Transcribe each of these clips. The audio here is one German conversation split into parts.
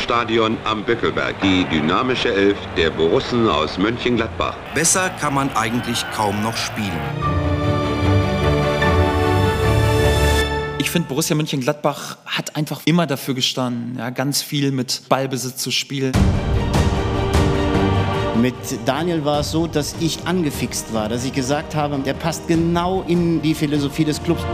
Weststadion am Bückelberg. Die dynamische Elf der Borussen aus Mönchengladbach. Besser kann man eigentlich kaum noch spielen. Ich finde, Borussia Mönchengladbach hat einfach immer dafür gestanden, ja, ganz viel mit Ballbesitz zu spielen. Mit Daniel war es so, dass ich angefixt war, dass ich gesagt habe, der passt genau in die Philosophie des Clubs.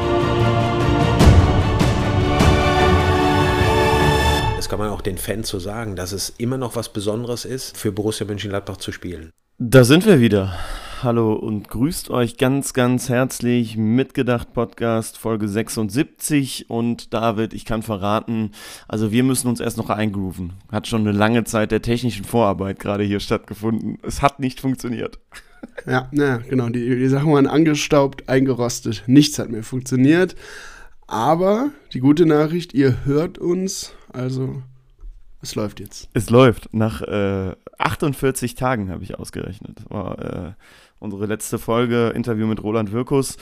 Das kann man auch den Fans so sagen, dass es immer noch was Besonderes ist, für Borussia Mönchengladbach zu spielen. Da sind wir wieder. Hallo und grüßt euch ganz, ganz herzlich. Mitgedacht Podcast Folge 76 und David, ich kann verraten, also wir müssen uns erst noch eingrooven. Hat schon eine lange Zeit der technischen Vorarbeit gerade hier stattgefunden. Es hat nicht funktioniert. Ja, genau, die Sachen waren angestaubt, eingerostet. Nichts hat mehr funktioniert. Aber die gute Nachricht, ihr hört uns, also es läuft jetzt. Es läuft. Nach 48 Tagen habe ich ausgerechnet. Das war unsere letzte Folge, Interview mit Roland Wirkus.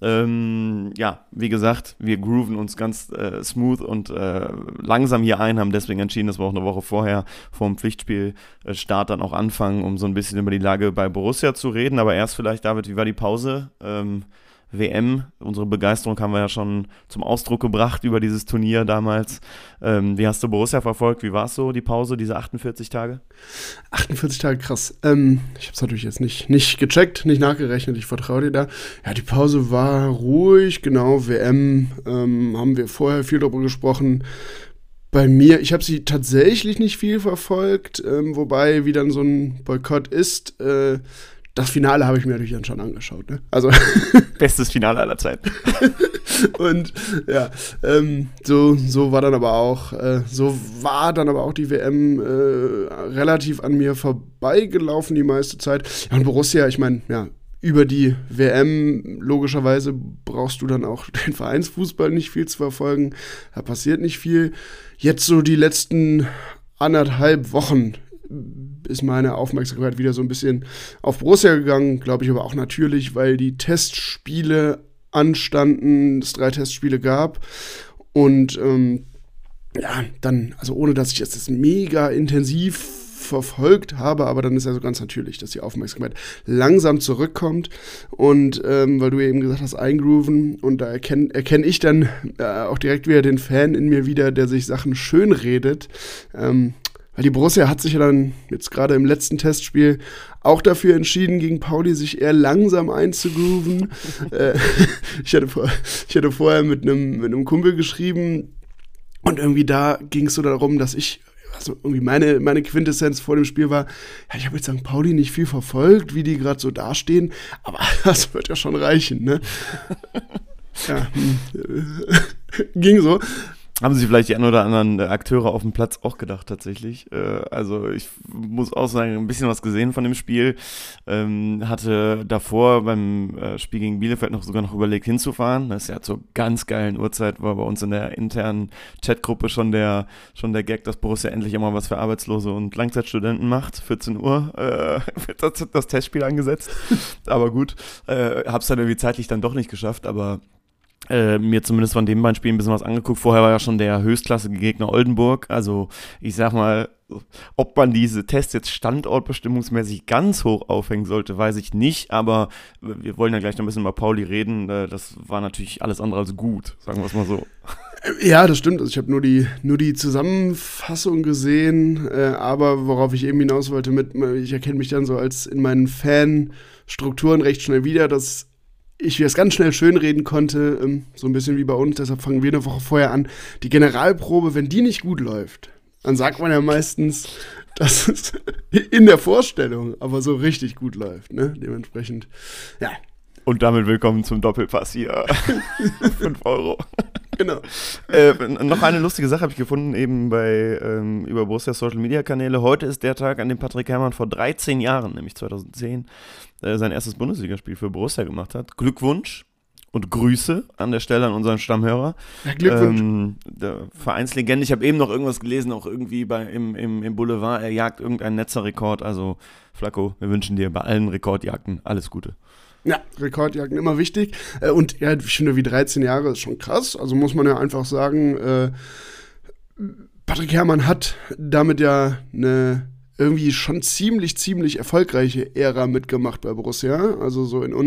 Ja, wie gesagt, wir grooven uns ganz smooth und langsam hier ein, haben deswegen entschieden, dass wir auch eine Woche vorher vor dem Pflichtspielstart dann auch anfangen, um so ein bisschen über die Lage bei Borussia zu reden. Aber erst vielleicht, David, wie war die Pause? WM, unsere Begeisterung haben wir ja schon zum Ausdruck gebracht über dieses Turnier damals. Wie hast du Borussia verfolgt? Wie war es so, die Pause, diese 48 Tage? 48 Tage, krass. Ich habe es natürlich jetzt nicht gecheckt, nicht nachgerechnet, ich vertraue dir da. Ja, die Pause war ruhig, genau, WM, haben wir vorher viel darüber gesprochen. Bei mir, ich habe sie tatsächlich nicht viel verfolgt, wobei, wie dann so ein Boykott ist, das Finale habe ich mir natürlich dann schon angeschaut, ne? Also bestes Finale aller Zeiten. Und ja, so war dann aber auch die WM relativ an mir vorbeigelaufen die meiste Zeit. Ja, und Borussia, ich meine, ja, über die WM logischerweise brauchst du dann auch den Vereinsfußball nicht viel zu verfolgen. Da passiert nicht viel. Jetzt so die letzten 1,5 Wochen ist meine Aufmerksamkeit wieder so ein bisschen auf Borussia gegangen, glaube ich aber auch natürlich, weil die Testspiele anstanden, es 3 Testspiele gab und ja, dann, also ohne dass ich jetzt das mega intensiv verfolgt habe, aber dann ist ja so ganz natürlich, dass die Aufmerksamkeit langsam zurückkommt und weil du ja eben gesagt hast, eingrooven und da erkenne ich dann auch direkt wieder den Fan in mir wieder, der sich Sachen schön redet, weil die Borussia hat sich ja dann jetzt gerade im letzten Testspiel auch dafür entschieden, gegen Pauli sich eher langsam einzugrooven. Ich hatte vorher mit einem Kumpel geschrieben und irgendwie da ging es so darum, dass also irgendwie meine Quintessenz vor dem Spiel war, ja, ich habe jetzt St. Pauli nicht viel verfolgt, wie die gerade so dastehen, aber das wird ja schon reichen, ne? Ja, ging so. Haben sich vielleicht die ein oder anderen Akteure auf dem Platz auch gedacht, tatsächlich. Also ich muss auch sagen, ein bisschen was gesehen von dem Spiel. Hatte davor beim Spiel gegen Bielefeld sogar noch überlegt hinzufahren. Das ist ja zur ganz geilen Uhrzeit, war bei uns in der internen Chatgruppe schon der Gag, dass Borussia endlich immer was für Arbeitslose und Langzeitstudenten macht. 14 Uhr wird das Testspiel angesetzt. Aber gut, hab's dann irgendwie zeitlich dann doch nicht geschafft, aber mir zumindest von den beiden Spielen ein bisschen was angeguckt. Vorher war ja schon der höchstklassige Gegner Oldenburg. Also ich sag mal, ob man diese Tests jetzt standortbestimmungsmäßig ganz hoch aufhängen sollte, weiß ich nicht. Aber wir wollen ja gleich noch ein bisschen über Pauli reden. Das war natürlich alles andere als gut, sagen wir es mal so. Ja, das stimmt. Also ich habe nur die Zusammenfassung gesehen. Aber worauf ich eben hinaus wollte, ich erkenne mich dann so als in meinen Fanstrukturen recht schnell wieder, dass ich das ganz schnell schönreden konnte, so ein bisschen wie bei uns, deshalb fangen wir eine Woche vorher an. Die Generalprobe, wenn die nicht gut läuft, dann sagt man ja meistens, dass es in der Vorstellung aber so richtig gut läuft, ne? Dementsprechend, ja. Und damit willkommen zum Doppelpass hier. 5 €. Genau. Noch eine lustige Sache habe ich gefunden, eben über Borussia Social Media Kanäle. Heute ist der Tag, an dem Patrick Herrmann vor 13 Jahren, nämlich 2010, sein erstes Bundesligaspiel für Borussia gemacht hat. Glückwunsch und Grüße an der Stelle an unseren Stammhörer. Ja, Glückwunsch. Der Vereinslegende, ich habe eben noch irgendwas gelesen, auch irgendwie im Boulevard, er jagt irgendeinen Netzerrekord. Also Flacco, wir wünschen dir bei allen Rekordjagden alles Gute. Ja, Rekordjagden immer wichtig. Und ja, ich finde, wie 13 Jahre ist schon krass. Also muss man ja einfach sagen, Patrick Herrmann hat damit ja eine irgendwie schon ziemlich erfolgreiche Ära mitgemacht bei Borussia. Also so in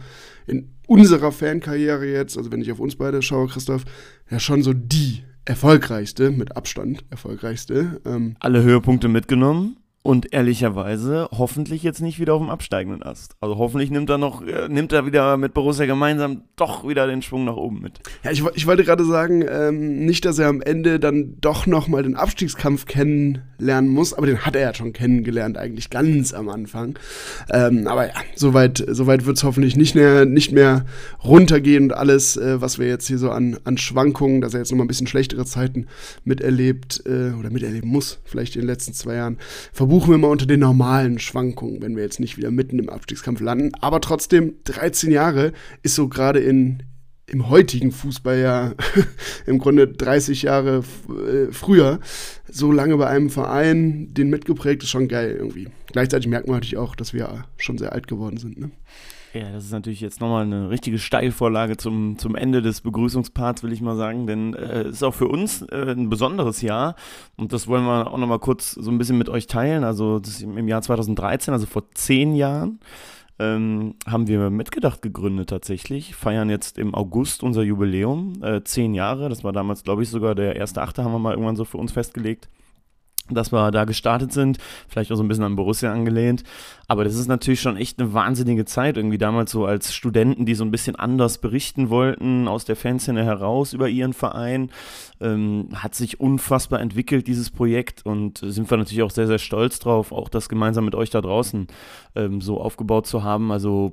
unserer Fankarriere jetzt, also wenn ich auf uns beide schaue, Christoph, ja schon so die erfolgreichste, mit Abstand erfolgreichste. Alle Höhepunkte mitgenommen. Und ehrlicherweise hoffentlich jetzt nicht wieder auf dem absteigenden Ast. Also hoffentlich nimmt er wieder mit Borussia gemeinsam doch wieder den Schwung nach oben mit. Ja, ich wollte gerade sagen, nicht, dass er am Ende dann doch nochmal den Abstiegskampf kennenlernen muss, aber den hat er ja schon kennengelernt, eigentlich ganz am Anfang. Aber ja, soweit wird es hoffentlich nicht mehr runtergehen und alles, was wir jetzt hier so an Schwankungen, dass er jetzt nochmal ein bisschen schlechtere Zeiten miterlebt oder miterleben muss, vielleicht in den letzten 2 Jahren, verbuchen wir mal unter den normalen Schwankungen, wenn wir jetzt nicht wieder mitten im Abstiegskampf landen. Aber trotzdem, 13 Jahre ist so gerade im heutigen Fußball ja im Grunde 30 Jahre früher. So lange bei einem Verein, den mitgeprägt, ist schon geil irgendwie. Gleichzeitig merkt man natürlich auch, dass wir schon sehr alt geworden sind, ne? Ja, das ist natürlich jetzt nochmal eine richtige Steilvorlage zum Ende des Begrüßungsparts, will ich mal sagen, denn es ist auch für uns ein besonderes Jahr und das wollen wir auch nochmal kurz so ein bisschen mit euch teilen. Also das ist im Jahr 2013, also vor 10 Jahren, haben wir Mitgedacht gegründet tatsächlich, feiern jetzt im August unser Jubiläum, 10 Jahre, das war damals, glaube ich, sogar der 1.8., haben wir mal irgendwann so für uns festgelegt, dass wir da gestartet sind, vielleicht auch so ein bisschen an Borussia angelehnt, aber das ist natürlich schon echt eine wahnsinnige Zeit, irgendwie damals so als Studenten, die so ein bisschen anders berichten wollten, aus der Fanszene heraus über ihren Verein, hat sich unfassbar entwickelt, dieses Projekt, und sind wir natürlich auch sehr, sehr stolz drauf, auch das gemeinsam mit euch da draußen so aufgebaut zu haben. Also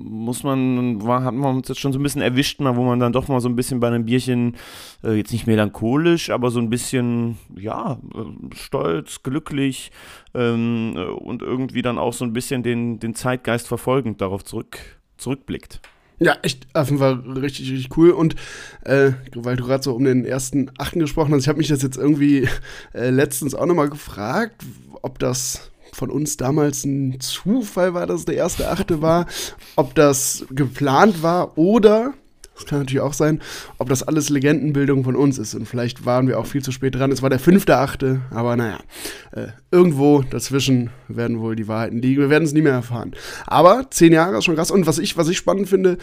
haben wir uns jetzt schon so ein bisschen erwischt, mal, wo man dann doch mal so ein bisschen bei einem Bierchen, jetzt nicht melancholisch, aber so ein bisschen, ja, stolz, glücklich und irgendwie dann auch so ein bisschen den Zeitgeist verfolgend darauf zurückblickt. Ja, echt, war richtig, richtig cool. Und weil du gerade so um den 1.8. gesprochen hast, ich habe mich das jetzt irgendwie letztens auch nochmal gefragt, ob das von uns damals ein Zufall war, dass es der 1.8. war, ob das geplant war oder, das kann natürlich auch sein, ob das alles Legendenbildung von uns ist. Und vielleicht waren wir auch viel zu spät dran. Es war der 5.8., aber naja, irgendwo dazwischen werden wohl die Wahrheiten liegen. Wir werden es nie mehr erfahren. Aber 10 Jahre ist schon krass. Und was ich spannend finde,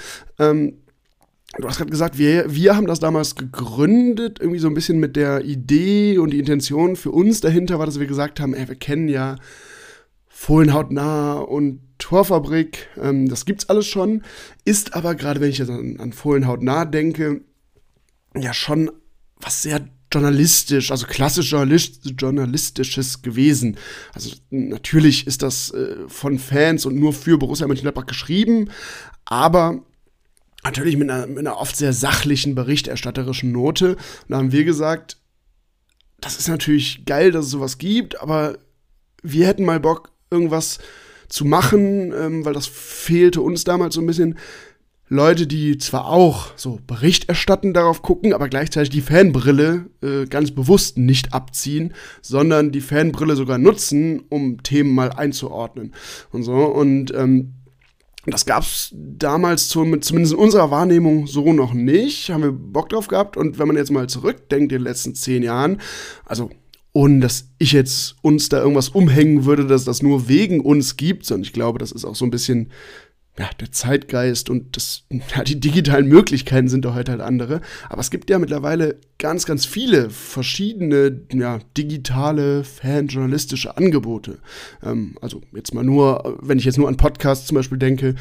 du hast gerade gesagt, wir haben das damals gegründet, irgendwie so ein bisschen mit der Idee und die Intention für uns dahinter war, dass wir gesagt haben, wir kennen ja Fohlenhautnah und Torfabrik, das gibt's alles schon, ist aber gerade, wenn ich jetzt an Fohlenhautnah denke, ja schon was sehr journalistisch, also klassisch journalistisches gewesen. Also natürlich ist das von Fans und nur für Borussia Mönchengladbach geschrieben, aber natürlich mit einer oft sehr sachlichen, berichterstatterischen Note. Und da haben wir gesagt, das ist natürlich geil, dass es sowas gibt, aber wir hätten mal Bock, irgendwas zu machen, weil das fehlte uns damals so ein bisschen. Leute, die zwar auch so berichterstattend darauf gucken, aber gleichzeitig die Fanbrille ganz bewusst nicht abziehen, sondern die Fanbrille sogar nutzen, um Themen mal einzuordnen und so. Und das gab's damals zumindest in unserer Wahrnehmung so noch nicht. Haben wir Bock drauf gehabt. Und wenn man jetzt mal zurückdenkt in den letzten 10 Jahren, also ohne dass ich jetzt uns da irgendwas umhängen würde, dass das nur wegen uns gibt, sondern ich glaube, das ist auch so ein bisschen der Zeitgeist und die digitalen Möglichkeiten sind doch heute halt andere. Aber es gibt ja mittlerweile ganz, ganz viele verschiedene digitale, fanjournalistische Angebote. Also jetzt mal nur, wenn ich jetzt nur an Podcasts zum Beispiel denke,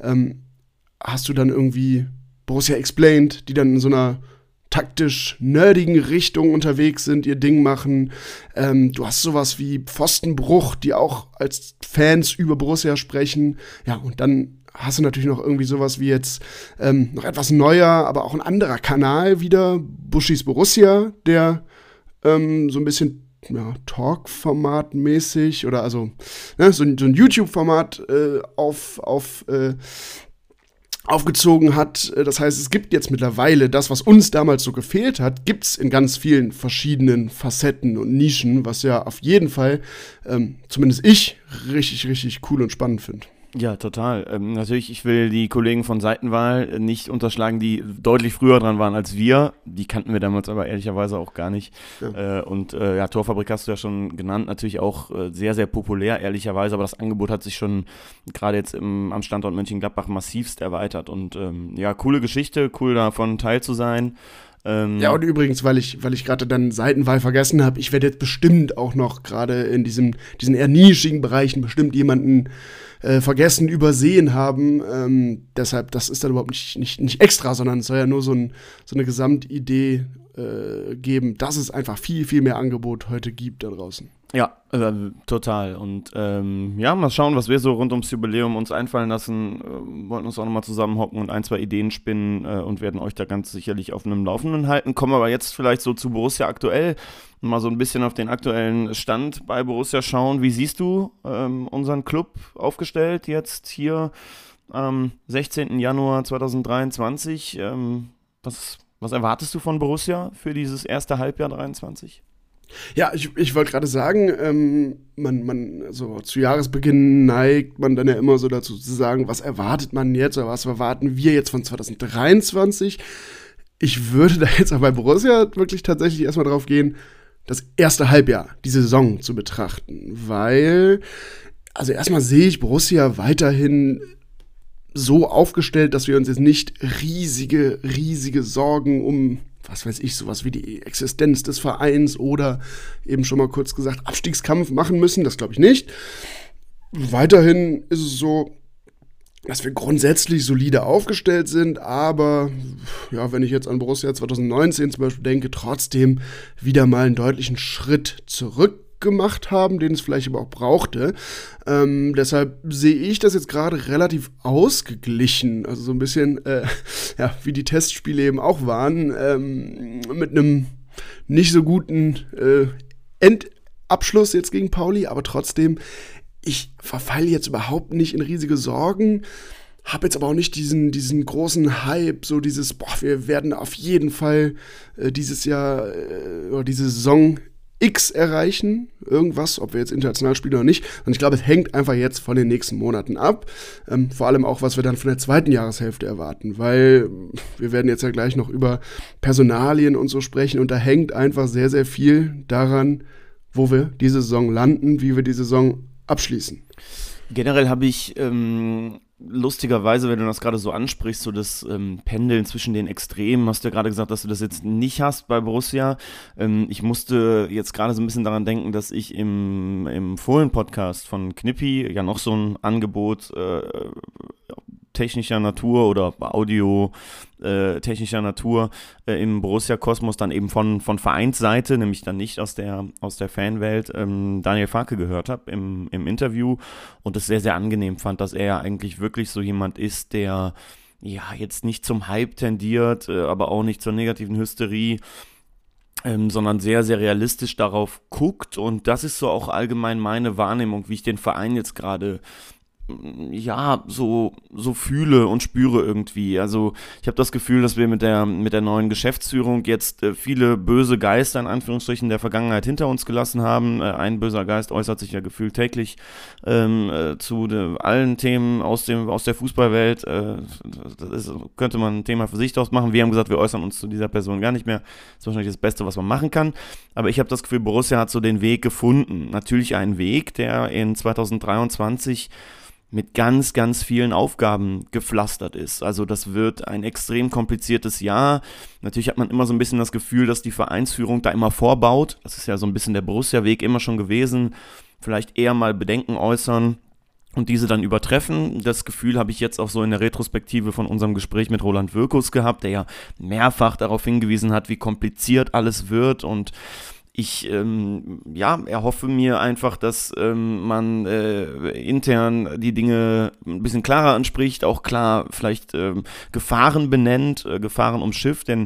hast du dann irgendwie Borussia Explained, die dann in so einer taktisch nerdigen Richtung unterwegs sind, ihr Ding machen. Du hast sowas wie Pfostenbruch, die auch als Fans über Borussia sprechen. Ja, und dann hast du natürlich noch irgendwie sowas wie jetzt noch etwas neuer, aber auch ein anderer Kanal wieder, Buschis Borussia, der so ein bisschen Talk-Format mäßig oder also so ein YouTube-Format aufgezogen hat. Das heißt, es gibt jetzt mittlerweile das, was uns damals so gefehlt hat, gibt's in ganz vielen verschiedenen Facetten und Nischen, was ja auf jeden Fall, zumindest ich, richtig, richtig cool und spannend finde. Ja, total. Natürlich, ich will die Kollegen von Seitenwahl nicht unterschlagen, die deutlich früher dran waren als wir. Die kannten wir damals aber ehrlicherweise auch gar nicht. Ja. Torfabrik hast du ja schon genannt, natürlich auch sehr, sehr populär, ehrlicherweise. Aber das Angebot hat sich schon gerade jetzt am Standort Mönchengladbach massivst erweitert. Und coole Geschichte, cool davon Teil zu sein. Ja, und übrigens, weil ich gerade dann Seitenwahl vergessen habe, ich werde jetzt bestimmt auch noch gerade in diesen eher nischigen Bereichen bestimmt jemanden vergessen, übersehen haben. Deshalb, das ist dann überhaupt nicht extra, sondern es soll ja nur so eine Gesamtidee geben, dass es einfach viel, viel mehr Angebot heute gibt da draußen. Ja, total. Und mal schauen, was wir so rund ums Jubiläum uns einfallen lassen. Wollten uns auch nochmal zusammenhocken und 1, 2 Ideen spinnen und werden euch da ganz sicherlich auf einem Laufenden halten. Kommen aber jetzt vielleicht so zu Borussia aktuell. Mal so ein bisschen auf den aktuellen Stand bei Borussia schauen. Wie siehst du unseren Club aufgestellt jetzt hier am 16. Januar 2023? Was erwartest du von Borussia für dieses erste Halbjahr 23? Ja, ich wollte gerade sagen, man so zu Jahresbeginn neigt man dann ja immer so dazu zu sagen, was erwartet man jetzt oder was erwarten wir jetzt von 2023? Ich würde da jetzt auch bei Borussia wirklich tatsächlich erstmal drauf gehen, das erste Halbjahr, die Saison zu betrachten, weil, also erstmal sehe ich Borussia weiterhin so aufgestellt, dass wir uns jetzt nicht riesige Sorgen um, was weiß ich, sowas wie die Existenz des Vereins oder eben schon mal kurz gesagt Abstiegskampf machen müssen. Das glaube ich nicht. Weiterhin ist es so, dass wir grundsätzlich solide aufgestellt sind, aber ja, wenn ich jetzt an Borussia 2019 zum Beispiel denke, trotzdem wieder mal einen deutlichen Schritt zurück gemacht haben, den es vielleicht aber auch brauchte. Deshalb sehe ich das jetzt gerade relativ ausgeglichen, also so ein bisschen, wie die Testspiele eben auch waren, mit einem nicht so guten Endabschluss jetzt gegen Pauli, aber trotzdem, ich verfalle jetzt überhaupt nicht in riesige Sorgen, habe jetzt aber auch nicht diesen großen Hype, so dieses, wir werden auf jeden Fall dieses Jahr oder diese Saison X erreichen, irgendwas, ob wir jetzt international spielen oder nicht. Und ich glaube, es hängt einfach jetzt von den nächsten Monaten ab. Vor allem auch, was wir dann von der zweiten Jahreshälfte erwarten, weil wir werden jetzt ja gleich noch über Personalien und so sprechen und da hängt einfach sehr, sehr viel daran, wo wir diese Saison landen, wie wir die Saison abschließen. Generell habe ich lustigerweise, wenn du das gerade so ansprichst, so das Pendeln zwischen den Extremen, hast du ja gerade gesagt, dass du das jetzt nicht hast bei Borussia. Ich musste jetzt gerade so ein bisschen daran denken, dass ich im Fohlen-Podcast von Knippi ja noch so ein Angebot technischer Natur oder Audio technischer Natur im Borussia-Kosmos dann eben von Vereinsseite, nämlich dann nicht aus der Fanwelt, Daniel Farke gehört habe im Interview und es sehr, sehr angenehm fand, dass er ja eigentlich wirklich so jemand ist, der ja jetzt nicht zum Hype tendiert, aber auch nicht zur negativen Hysterie, sondern sehr, sehr realistisch darauf guckt und das ist so auch allgemein meine Wahrnehmung, wie ich den Verein jetzt gerade so fühle und spüre irgendwie. Also ich habe das Gefühl, dass wir mit der neuen Geschäftsführung jetzt viele böse Geister in Anführungsstrichen der Vergangenheit hinter uns gelassen haben. Ein böser Geist äußert sich ja gefühlt täglich zu allen Themen aus der Fußballwelt. Könnte man ein Thema für sich daraus machen. Wir haben gesagt, wir äußern uns zu dieser Person gar nicht mehr. Das ist wahrscheinlich das Beste, was man machen kann. Aber ich habe das Gefühl, Borussia hat so den Weg gefunden. Natürlich einen Weg, der in 2023 mit ganz, ganz vielen Aufgaben gepflastert ist. Also das wird ein extrem kompliziertes Jahr. Natürlich hat man immer so ein bisschen das Gefühl, dass die Vereinsführung da immer vorbaut. Das ist ja so ein bisschen der Borussia-Weg immer schon gewesen. Vielleicht eher mal Bedenken äußern und diese dann übertreffen. Das Gefühl habe ich jetzt auch so in der Retrospektive von unserem Gespräch mit Roland Wirkus gehabt, der ja mehrfach darauf hingewiesen hat, wie kompliziert alles wird und ich erhoffe mir einfach, dass man intern die Dinge ein bisschen klarer anspricht, auch klar vielleicht Gefahren benennt, Gefahren umschifft, denn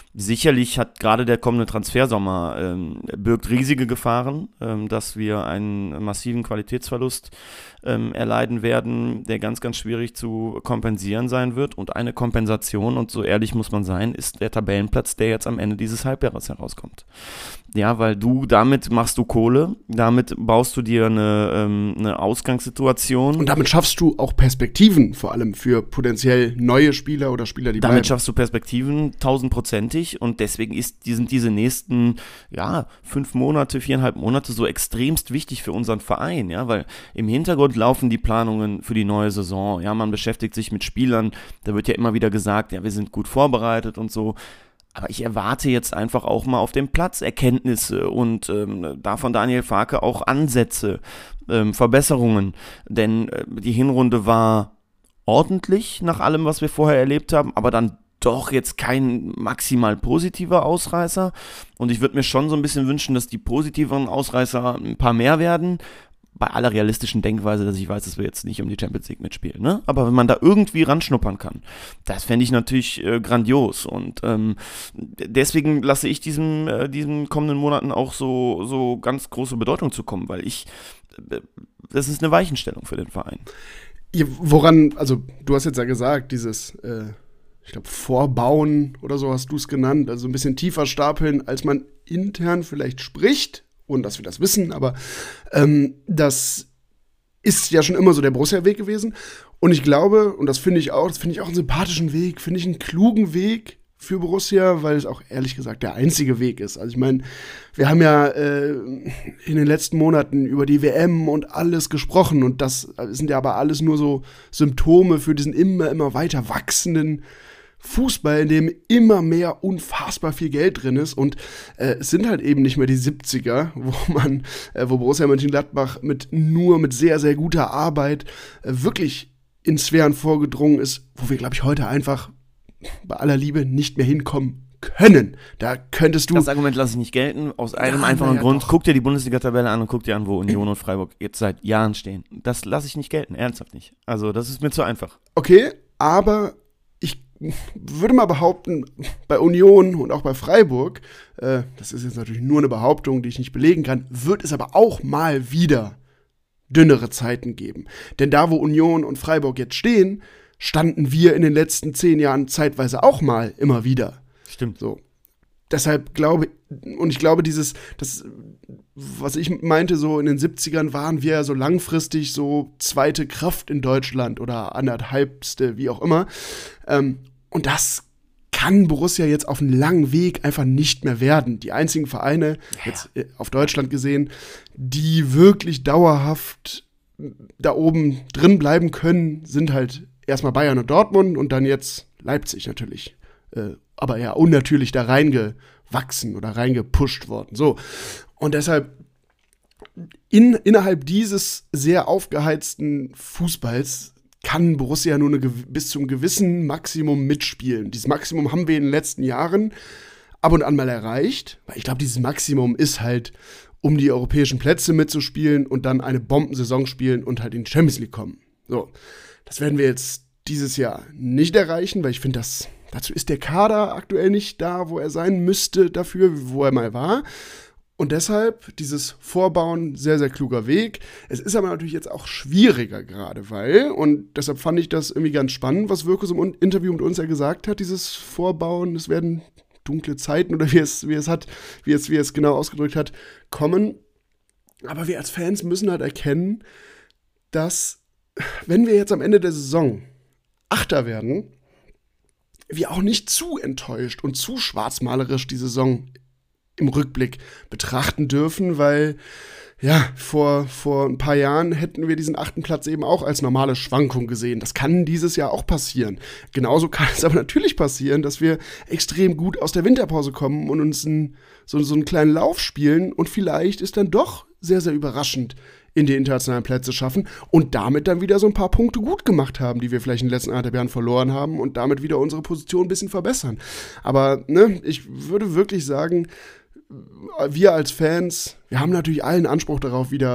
Sicherlich hat gerade der kommende Transfersommer birgt riesige Gefahren, dass wir einen massiven Qualitätsverlust erleiden werden, der ganz, ganz schwierig zu kompensieren sein wird. Und eine Kompensation, und so ehrlich muss man sein, ist der Tabellenplatz, der jetzt am Ende dieses Halbjahres herauskommt. Ja, weil damit machst du Kohle, damit baust du dir eine Ausgangssituation. Und damit schaffst du auch Perspektiven, vor allem für potenziell neue Spieler oder Spieler, die bleiben. Damit schaffst du Perspektiven 1000%, und deswegen sind diese nächsten 5 Monate, 4,5 Monate so extremst wichtig für unseren Verein, ja, weil im Hintergrund laufen die Planungen für die neue Saison, ja, man beschäftigt sich mit Spielern, da wird ja immer wieder gesagt, ja, wir sind gut vorbereitet und so. Aber ich erwarte jetzt einfach auch mal auf dem Platz Erkenntnisse und da von Daniel Farke auch Ansätze, Verbesserungen. Denn die Hinrunde war ordentlich nach allem, was wir vorher erlebt haben, aber dann doch jetzt kein maximal positiver Ausreißer. Und ich würde mir schon so ein bisschen wünschen, dass die positiveren Ausreißer ein paar mehr werden. Bei aller realistischen Denkweise, dass ich weiß, dass wir jetzt nicht um die Champions League mitspielen, ne? Aber wenn man da irgendwie ranschnuppern kann, das fände ich natürlich grandios. Und deswegen lasse ich diesen kommenden Monaten auch so ganz große Bedeutung zukommen, weil das ist eine Weichenstellung für den Verein. Woran, also du hast jetzt ja gesagt, dieses, ich glaube, Vorbauen oder so hast du es genannt, also ein bisschen tiefer stapeln, als man intern vielleicht spricht, ohne dass wir das wissen, aber das ist ja schon immer so der Borussia-Weg gewesen. Und ich glaube, und das finde ich auch einen sympathischen Weg, finde ich einen klugen Weg für Borussia, weil es auch ehrlich gesagt der einzige Weg ist. Also ich meine, wir haben ja in den letzten Monaten über die WM und alles gesprochen, und das sind ja aber alles nur so Symptome für diesen immer weiter wachsenden Fußball, in dem immer mehr unfassbar viel Geld drin ist, und es sind halt eben nicht mehr die 70er, wo Borussia Mönchengladbach mit sehr, sehr guter Arbeit wirklich in Sphären vorgedrungen ist, wo wir, glaube ich, heute einfach bei aller Liebe nicht mehr hinkommen können. Da könntest du... Das Argument lasse ich nicht gelten, aus einem einfachen Grund. Guck dir die Bundesliga-Tabelle an und guck dir an, wo Union und Freiburg jetzt seit Jahren stehen. Das lasse ich nicht gelten, ernsthaft nicht. Also das ist mir zu einfach. Okay, aber ich würde mal behaupten, bei Union und auch bei Freiburg, das ist jetzt natürlich nur eine Behauptung, die ich nicht belegen kann, wird es aber auch mal wieder dünnere Zeiten geben. Denn da, wo Union und Freiburg jetzt stehen, standen wir in den letzten 10 Jahren zeitweise auch mal immer wieder. Stimmt. So. Deshalb ich glaube, was ich meinte, so in den 70ern waren wir ja so langfristig so zweite Kraft in Deutschland oder anderthalbste, wie auch immer. Und das kann Borussia jetzt auf einem langen Weg einfach nicht mehr werden. Die einzigen Vereine, jetzt auf Deutschland gesehen, die wirklich dauerhaft da oben drin bleiben können, sind halt erstmal Bayern und Dortmund und dann jetzt Leipzig natürlich. Aber ja unnatürlich da reingewachsen oder reingepusht worden. So. Und deshalb innerhalb dieses sehr aufgeheizten Fußballs kann Borussia nur bis zum gewissen Maximum mitspielen. Dieses Maximum haben wir in den letzten Jahren ab und an mal erreicht. Weil ich glaube, dieses Maximum ist halt, um die europäischen Plätze mitzuspielen und dann eine Bombensaison spielen und halt in die Champions League kommen. So, das werden wir jetzt dieses Jahr nicht erreichen, weil ich finde, dazu ist der Kader aktuell nicht da, wo er sein müsste dafür, wo er mal war. Und deshalb dieses Vorbauen, sehr, sehr kluger Weg. Es ist aber natürlich jetzt auch schwieriger gerade, weil, und deshalb fand ich das irgendwie ganz spannend, was Wirkus im Interview mit uns ja gesagt hat, dieses Vorbauen, es werden dunkle Zeiten oder wie es genau ausgedrückt hat, kommen. Aber wir als Fans müssen halt erkennen, dass, wenn wir jetzt am Ende der Saison Achter werden, wir auch nicht zu enttäuscht und zu schwarzmalerisch die Saison im Rückblick betrachten dürfen, weil ja, vor ein paar Jahren hätten wir diesen 8. Platz eben auch als normale Schwankung gesehen. Das kann dieses Jahr auch passieren. Genauso kann es aber natürlich passieren, dass wir extrem gut aus der Winterpause kommen und uns so einen kleinen Lauf spielen und vielleicht ist dann doch sehr, sehr überraschend in die internationalen Plätze schaffen und damit dann wieder so ein paar Punkte gut gemacht haben, die wir vielleicht in den letzten 1,5 Jahren verloren haben und damit wieder unsere Position ein bisschen verbessern. Aber ich würde wirklich sagen, wir als Fans, wir haben natürlich allen Anspruch darauf, wieder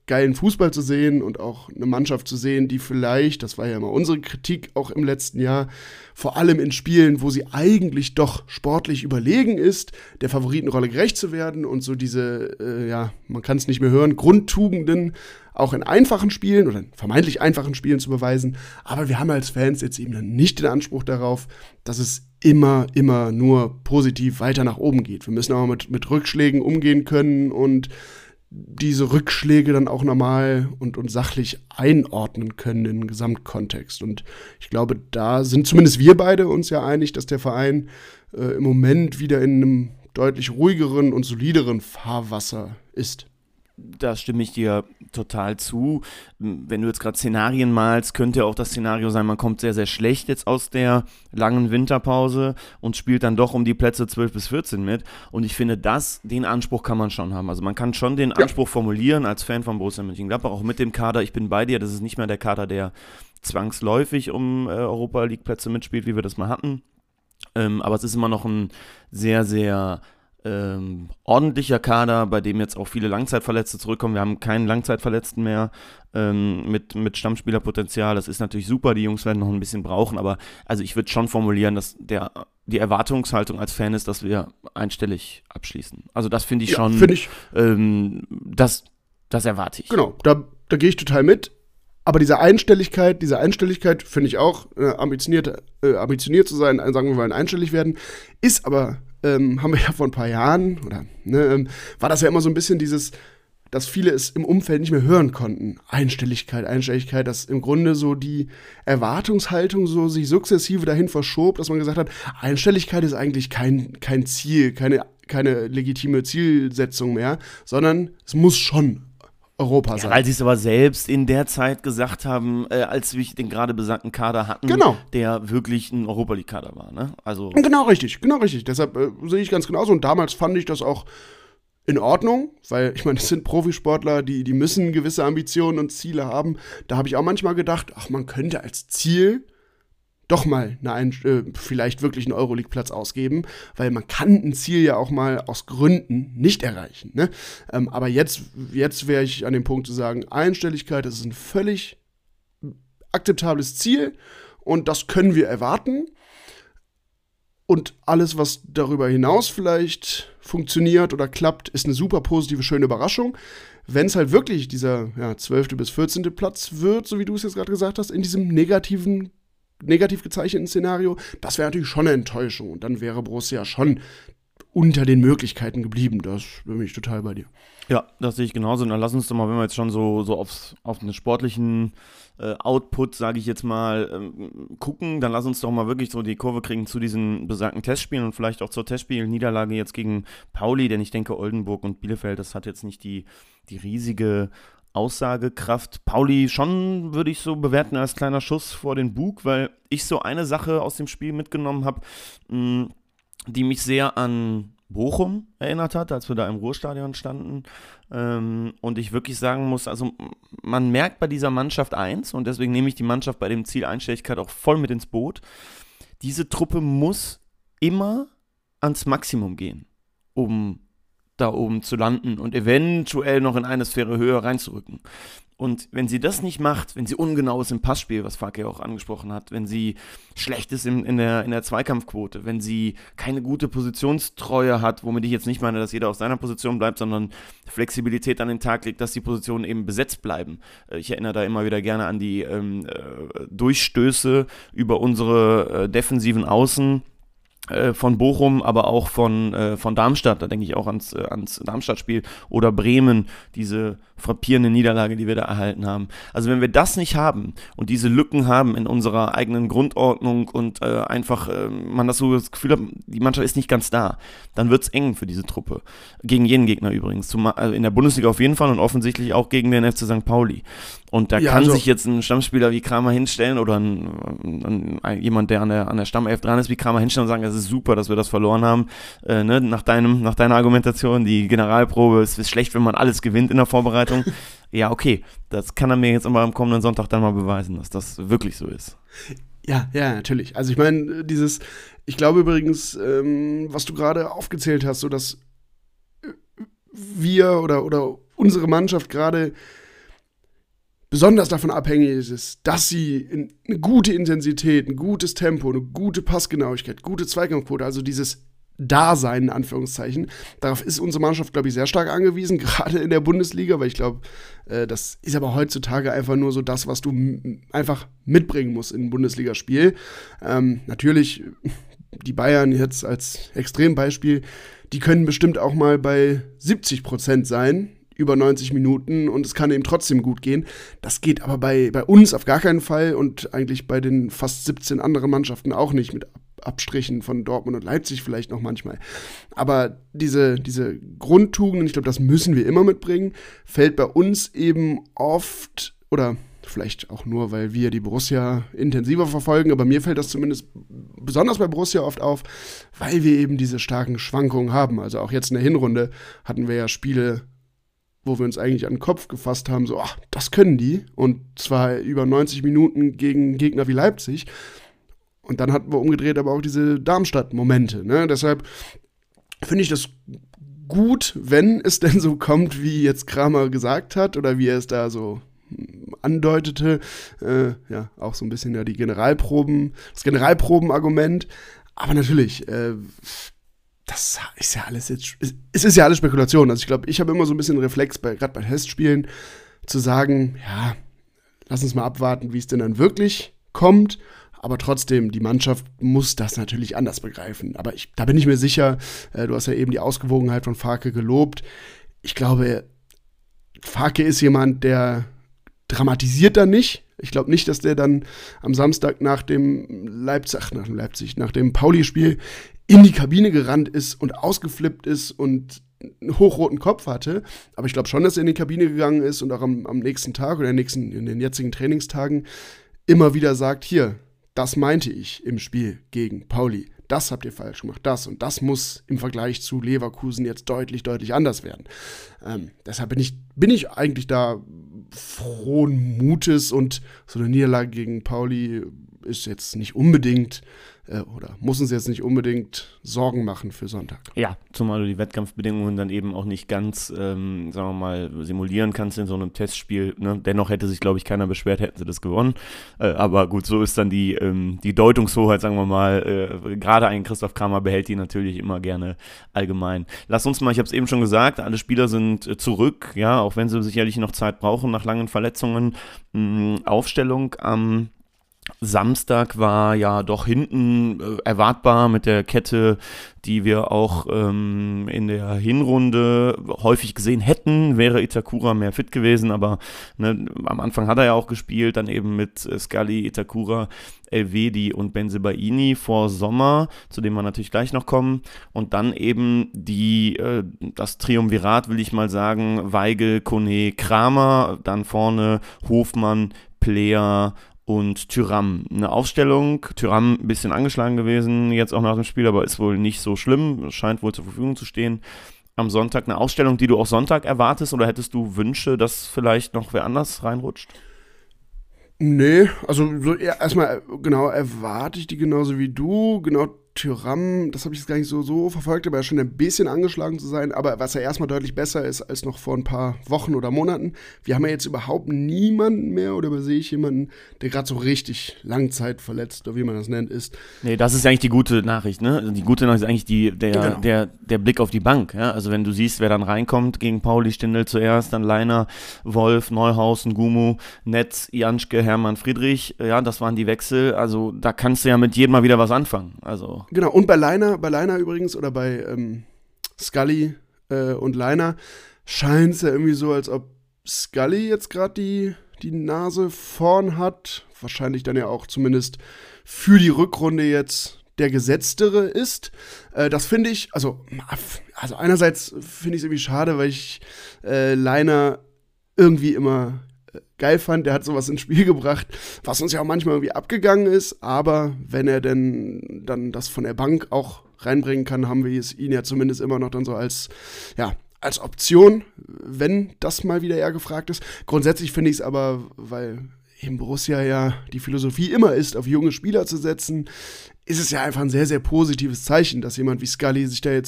geilen Fußball zu sehen und auch eine Mannschaft zu sehen, die vielleicht, das war ja immer unsere Kritik auch im letzten Jahr, vor allem in Spielen, wo sie eigentlich doch sportlich überlegen ist, der Favoritenrolle gerecht zu werden und so diese, man kann es nicht mehr hören, Grundtugenden auch in einfachen Spielen oder in vermeintlich einfachen Spielen zu beweisen. Aber wir haben als Fans jetzt eben dann nicht den Anspruch darauf, dass es immer nur positiv weiter nach oben geht. Wir müssen auch mit Rückschlägen umgehen können und diese Rückschläge dann auch normal und sachlich einordnen können in den Gesamtkontext. Und ich glaube, da sind zumindest wir beide uns ja einig, dass der Verein im Moment wieder in einem deutlich ruhigeren und solideren Fahrwasser ist. Da stimme ich dir total zu. Wenn du jetzt gerade Szenarien malst, könnte auch das Szenario sein, man kommt sehr, sehr schlecht jetzt aus der langen Winterpause und spielt dann doch um die Plätze 12 bis 14 mit. Und ich finde, den Anspruch kann man schon haben. Also man kann schon den Anspruch formulieren als Fan von Borussia Mönchengladbach, auch mit dem Kader. Ich bin bei dir, das ist nicht mehr der Kader, der zwangsläufig um Europa-League-Plätze mitspielt, wie wir das mal hatten. Aber es ist immer noch ein sehr, sehr ordentlicher Kader, bei dem jetzt auch viele Langzeitverletzte zurückkommen. Wir haben keinen Langzeitverletzten mehr mit Stammspielerpotenzial. Das ist natürlich super, die Jungs werden noch ein bisschen brauchen, aber also ich würde schon formulieren, dass die Erwartungshaltung als Fan ist, dass wir einstellig abschließen. Also das finde ich schon, das erwarte ich. Genau, da gehe ich total mit. Aber diese Einstelligkeit finde ich auch, ambitioniert zu sein, sagen wir mal, einstellig werden, ist aber haben wir ja vor ein paar Jahren, war das ja immer so ein bisschen dass viele es im Umfeld nicht mehr hören konnten. Einstelligkeit, dass im Grunde so die Erwartungshaltung so sich sukzessive dahin verschob, dass man gesagt hat, Einstelligkeit ist eigentlich kein Ziel, keine legitime Zielsetzung mehr, sondern es muss schon Europa sein. Weil sie es aber selbst in der Zeit gesagt haben, als wir den gerade besagten Kader hatten, der wirklich ein Europa-League-Kader war. Ne? Also Genau richtig. Deshalb sehe ich ganz genauso. Und damals fand ich das auch in Ordnung, weil ich meine, das sind Profisportler, die müssen gewisse Ambitionen und Ziele haben. Da habe ich auch manchmal gedacht, man könnte als Ziel doch mal vielleicht wirklich einen Euroleague-Platz ausgeben, weil man kann ein Ziel ja auch mal aus Gründen nicht erreichen. Ne? Aber jetzt wäre ich an dem Punkt zu sagen, Einstelligkeit, das ist ein völlig akzeptables Ziel und das können wir erwarten. Und alles, was darüber hinaus vielleicht funktioniert oder klappt, ist eine super positive, schöne Überraschung. Wenn es halt wirklich dieser 12. bis 14. Platz wird, so wie du es jetzt gerade gesagt hast, in diesem negativ gezeichneten Szenario, das wäre natürlich schon eine Enttäuschung. Und dann wäre Borussia schon unter den Möglichkeiten geblieben. Das bin ich total bei dir. Ja, das sehe ich genauso. Und dann lass uns doch mal, wenn wir jetzt schon so auf einen sportlichen Output, sage ich jetzt mal, gucken, dann lass uns doch mal wirklich so die Kurve kriegen zu diesen besagten Testspielen und vielleicht auch zur Testspielniederlage jetzt gegen Pauli, denn ich denke, Oldenburg und Bielefeld, das hat jetzt nicht die riesige Aussagekraft. Pauli schon, würde ich so bewerten, als kleiner Schuss vor den Bug, weil ich so eine Sache aus dem Spiel mitgenommen habe, die mich sehr an Bochum erinnert hat, als wir da im Ruhrstadion standen. Und ich wirklich sagen muss, also man merkt bei dieser Mannschaft eins, und deswegen nehme ich die Mannschaft bei dem Ziel Einstelligkeit auch voll mit ins Boot. Diese Truppe muss immer ans Maximum gehen, um da oben zu landen und eventuell noch in eine Sphäre höher reinzurücken. Und wenn sie das nicht macht, wenn sie ungenau ist im Passspiel, was Farke ja auch angesprochen hat, wenn sie schlecht ist in der Zweikampfquote, wenn sie keine gute Positionstreue hat, womit ich jetzt nicht meine, dass jeder auf seiner Position bleibt, sondern Flexibilität an den Tag legt, dass die Positionen eben besetzt bleiben. Ich erinnere da immer wieder gerne an die Durchstöße über unsere defensiven Außen von Bochum, aber auch von Darmstadt, da denke ich auch ans Darmstadt-Spiel, oder Bremen, diese frappierende Niederlage, die wir da erhalten haben. Also wenn wir das nicht haben und diese Lücken haben in unserer eigenen Grundordnung und man das Gefühl hat, die Mannschaft ist nicht ganz da, dann wird es eng für diese Truppe. Gegen jeden Gegner übrigens. Also in der Bundesliga auf jeden Fall und offensichtlich auch gegen den FC St. Pauli. Und da kann sich jetzt ein Stammspieler wie Kramer hinstellen oder jemand, der an der Stammelf dran ist, wie Kramer hinstellen und sagen, es ist super, dass wir das verloren haben. Nach deiner Argumentation, die Generalprobe, es ist schlecht, wenn man alles gewinnt in der Vorbereitung. Ja, okay, das kann er mir jetzt aber am kommenden Sonntag dann mal beweisen, dass das wirklich so ist. Ja, natürlich. Also ich meine, ich glaube übrigens, was du gerade aufgezählt hast, so dass wir oder unsere Mannschaft gerade besonders davon abhängig ist, dass sie eine gute Intensität, ein gutes Tempo, eine gute Passgenauigkeit, gute Zweikampfquote, also dieses Dasein, in Anführungszeichen. Darauf ist unsere Mannschaft, glaube ich, sehr stark angewiesen, gerade in der Bundesliga, weil ich glaube, das ist aber heutzutage einfach nur so das, was du einfach mitbringen musst in ein Bundesligaspiel. Natürlich, die Bayern jetzt als Extrembeispiel, die können bestimmt auch mal bei 70% sein, über 90 Minuten, und es kann eben trotzdem gut gehen. Das geht aber bei uns auf gar keinen Fall und eigentlich bei den fast 17 anderen Mannschaften auch nicht, mit Abstrichen von Dortmund und Leipzig vielleicht noch manchmal. Aber diese Grundtugenden, ich glaube, das müssen wir immer mitbringen, fällt bei uns eben oft, oder vielleicht auch nur, weil wir die Borussia intensiver verfolgen, aber mir fällt das zumindest besonders bei Borussia oft auf, weil wir eben diese starken Schwankungen haben. Also auch jetzt in der Hinrunde hatten wir ja Spiele, wo wir uns eigentlich an den Kopf gefasst haben, so, ach, das können die, und zwar über 90 Minuten gegen Gegner wie Leipzig. Und dann hatten wir umgedreht aber auch diese Darmstadt-Momente, ne? Deshalb finde ich das gut, wenn es denn so kommt, wie jetzt Kramer gesagt hat, oder wie er es da so andeutete, ja, auch so ein bisschen ja das Generalproben-Argument. Aber natürlich, das ist ja alles jetzt, es ist ja alles Spekulation. Also ich glaube, ich habe immer so ein bisschen einen Reflex, gerade bei Testspielen, zu sagen, ja, lass uns mal abwarten, wie es denn dann wirklich kommt. Aber trotzdem, die Mannschaft muss das natürlich anders begreifen. Aber da bin ich mir sicher, du hast ja eben die Ausgewogenheit von Farke gelobt. Ich glaube, Farke ist jemand, der dramatisiert da nicht. Ich glaube nicht, dass der dann am Samstag nach dem Pauli-Spiel in die Kabine gerannt ist und ausgeflippt ist und einen hochroten Kopf hatte. Aber ich glaube schon, dass er in die Kabine gegangen ist und auch am nächsten Tag oder in den jetzigen Trainingstagen immer wieder sagt, hier, das meinte ich im Spiel gegen Pauli. Das habt ihr falsch gemacht, das. Und das muss im Vergleich zu Leverkusen jetzt deutlich, deutlich anders werden. Deshalb bin ich eigentlich da frohen Mutes, und so eine Niederlage gegen Pauli ist jetzt nicht unbedingt oder muss uns jetzt nicht unbedingt Sorgen machen für Sonntag. Ja, zumal du die Wettkampfbedingungen dann eben auch nicht ganz, sagen wir mal, simulieren kannst in so einem Testspiel. Ne? Dennoch hätte sich, glaube ich, keiner beschwert, hätten sie das gewonnen. Aber gut, so ist dann die Deutungshoheit, sagen wir mal, gerade ein Christoph Kramer behält die natürlich immer gerne allgemein. Lass uns mal, ich habe es eben schon gesagt, alle Spieler sind zurück, ja, auch wenn sie sicherlich noch Zeit brauchen nach langen Verletzungen. Aufstellung am Samstag war ja doch hinten erwartbar mit der Kette, die wir auch in der Hinrunde häufig gesehen hätten, wäre Itakura mehr fit gewesen, aber ne, am Anfang hat er ja auch gespielt, dann eben mit Scully, Itakura, Elvedi und Bensebaini vor Sommer, zu dem wir natürlich gleich noch kommen, und dann eben das Triumvirat, will ich mal sagen, Weigl, Kone, Kramer, dann vorne Hofmann, Player und Thuram. Eine Aufstellung, Thuram ein bisschen angeschlagen gewesen, jetzt auch nach dem Spiel, aber ist wohl nicht so schlimm, scheint wohl zur Verfügung zu stehen. Am Sonntag eine Aufstellung, die du auch Sonntag erwartest, oder hättest du Wünsche, dass vielleicht noch wer anders reinrutscht? Nee, also so erstmal, genau, erwarte ich die genauso wie du, genau. Thuram, das habe ich jetzt gar nicht so verfolgt, aber er scheint ein bisschen angeschlagen zu sein, aber was ja erstmal deutlich besser ist als noch vor ein paar Wochen oder Monaten. Wir haben ja jetzt überhaupt niemanden mehr, oder übersehe ich jemanden, der gerade so richtig Langzeitverletzt, oder wie man das nennt, ist. Nee, das ist ja eigentlich die gute Nachricht, ne? Also die gute Nachricht ist eigentlich Genau. der Blick auf die Bank, ja? Also wenn du siehst, wer dann reinkommt gegen Pauli, Stindl zuerst, dann Leiner, Wolf, Neuhausen, Gumu, Netz, Janschke, Hermann, Friedrich, ja, das waren die Wechsel, also da kannst du ja mit jedem mal wieder was anfangen, also. Genau, und bei Leiner übrigens, oder bei Scully und Leiner, scheint es ja irgendwie so, als ob Scully jetzt gerade die Nase vorn hat. Wahrscheinlich dann ja auch zumindest für die Rückrunde jetzt der Gesetztere ist. Das finde ich, also einerseits finde ich es irgendwie schade, weil ich Leiner irgendwie immer geil fand, der hat sowas ins Spiel gebracht, was uns ja auch manchmal irgendwie abgegangen ist, aber wenn er denn dann das von der Bank auch reinbringen kann, haben wir ihn ja zumindest immer noch dann so als Option, wenn das mal wieder eher gefragt ist. Grundsätzlich finde ich es aber, weil eben Borussia ja die Philosophie immer ist, auf junge Spieler zu setzen, ist es ja einfach ein sehr, sehr positives Zeichen, dass jemand wie Scully sich da jetzt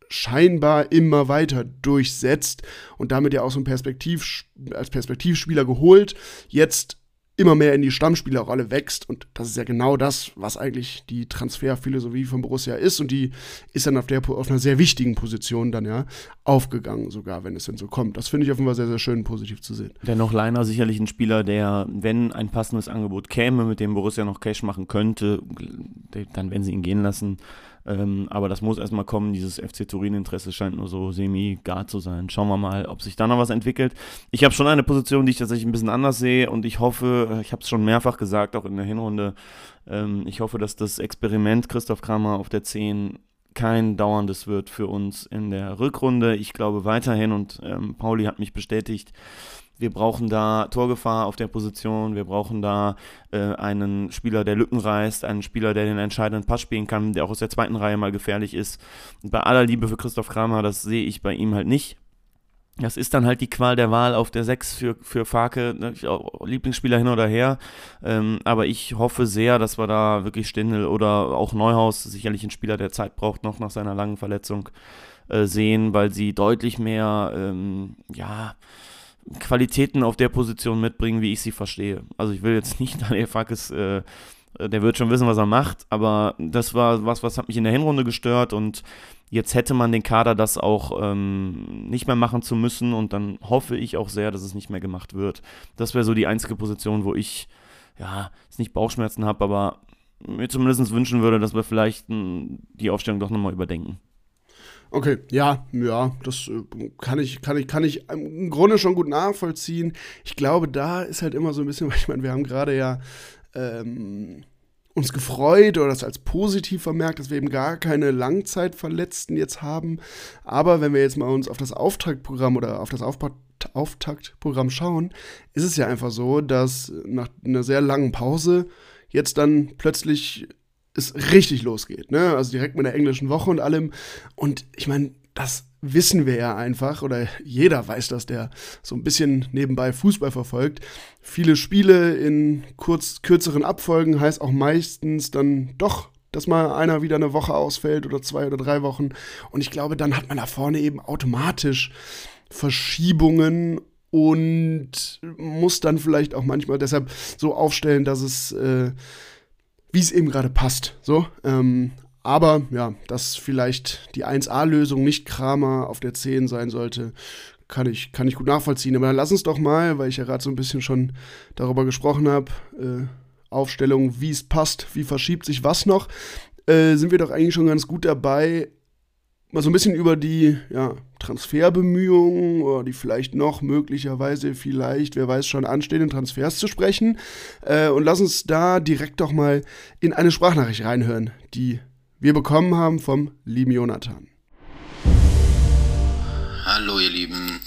scheinbar immer weiter durchsetzt und damit ja auch so als Perspektivspieler geholt, jetzt immer mehr in die Stammspielerrolle wächst. Und das ist ja genau das, was eigentlich die Transferphilosophie von Borussia ist. Und die ist dann auf einer sehr wichtigen Position dann ja aufgegangen, sogar wenn es denn so kommt. Das finde ich auf jeden Fall sehr, sehr schön positiv zu sehen. Dennoch Leiner sicherlich ein Spieler, der, wenn ein passendes Angebot käme, mit dem Borussia noch Cash machen könnte, dann werden sie ihn gehen lassen. Aber das muss erstmal kommen, dieses FC Turin-Interesse scheint nur so semi-gar zu sein. Schauen wir mal, ob sich da noch was entwickelt. Ich habe schon eine Position, die ich tatsächlich ein bisschen anders sehe und ich hoffe, ich habe es schon mehrfach gesagt, auch in der Hinrunde, ich hoffe, dass das Experiment Christoph Kramer auf der 10 kein dauerndes wird für uns in der Rückrunde. Ich glaube weiterhin und Pauli hat mich bestätigt, wir brauchen da Torgefahr auf der Position, wir brauchen da einen Spieler, der Lücken reißt, einen Spieler, der den entscheidenden Pass spielen kann, der auch aus der zweiten Reihe mal gefährlich ist. Und bei aller Liebe für Christoph Kramer, das sehe ich bei ihm halt nicht. Das ist dann halt die Qual der Wahl auf der 6 für Farke, ne? Lieblingsspieler hin oder her. Aber ich hoffe sehr, dass wir da wirklich Stindl oder auch Neuhaus, sicherlich ein Spieler, der Zeit braucht, noch nach seiner langen Verletzung, sehen, weil sie deutlich mehr, Qualitäten auf der Position mitbringen, wie ich sie verstehe. Also ich will jetzt nicht, Daniel Farkes, der wird schon wissen, was er macht, aber das war was hat mich in der Hinrunde gestört und jetzt hätte man den Kader das auch nicht mehr machen zu müssen und dann hoffe ich auch sehr, dass es nicht mehr gemacht wird. Das wäre so die einzige Position, wo ich, jetzt nicht Bauchschmerzen habe, aber mir zumindest wünschen würde, dass wir vielleicht die Aufstellung doch nochmal überdenken. Okay, ja, das kann ich im Grunde schon gut nachvollziehen. Ich glaube, da ist halt immer so ein bisschen, weil ich meine, wir haben gerade ja uns gefreut oder das als positiv vermerkt, dass wir eben gar keine Langzeitverletzten jetzt haben. Aber wenn wir jetzt mal uns auf das Auftaktprogramm oder auf das Auftaktprogramm schauen, ist es ja einfach so, dass nach einer sehr langen Pause jetzt dann plötzlich es richtig losgeht, ne? Also direkt mit der englischen Woche und allem. Und ich meine, das wissen wir ja einfach, oder jeder weiß das, der so ein bisschen nebenbei Fußball verfolgt. Viele Spiele in kürzeren Abfolgen heißt auch meistens dann doch, dass mal einer wieder eine Woche ausfällt oder 2 oder 3 Wochen. Und ich glaube, dann hat man da vorne eben automatisch Verschiebungen und muss dann vielleicht auch manchmal deshalb so aufstellen, dass es wie es eben gerade passt. So, aber ja, dass vielleicht die 1A-Lösung nicht Kramer auf der 10 sein sollte, kann ich gut nachvollziehen. Aber dann lass uns doch mal, weil ich ja gerade so ein bisschen schon darüber gesprochen habe, Aufstellung, wie es passt, wie verschiebt sich was noch, sind wir doch eigentlich schon ganz gut dabei, mal so ein bisschen über die Transferbemühungen oder die vielleicht noch möglicherweise wer weiß schon, anstehenden Transfers zu sprechen. Und lass uns da direkt doch mal in eine Sprachnachricht reinhören, die wir bekommen haben vom lieben Jonathan. Hallo ihr Lieben.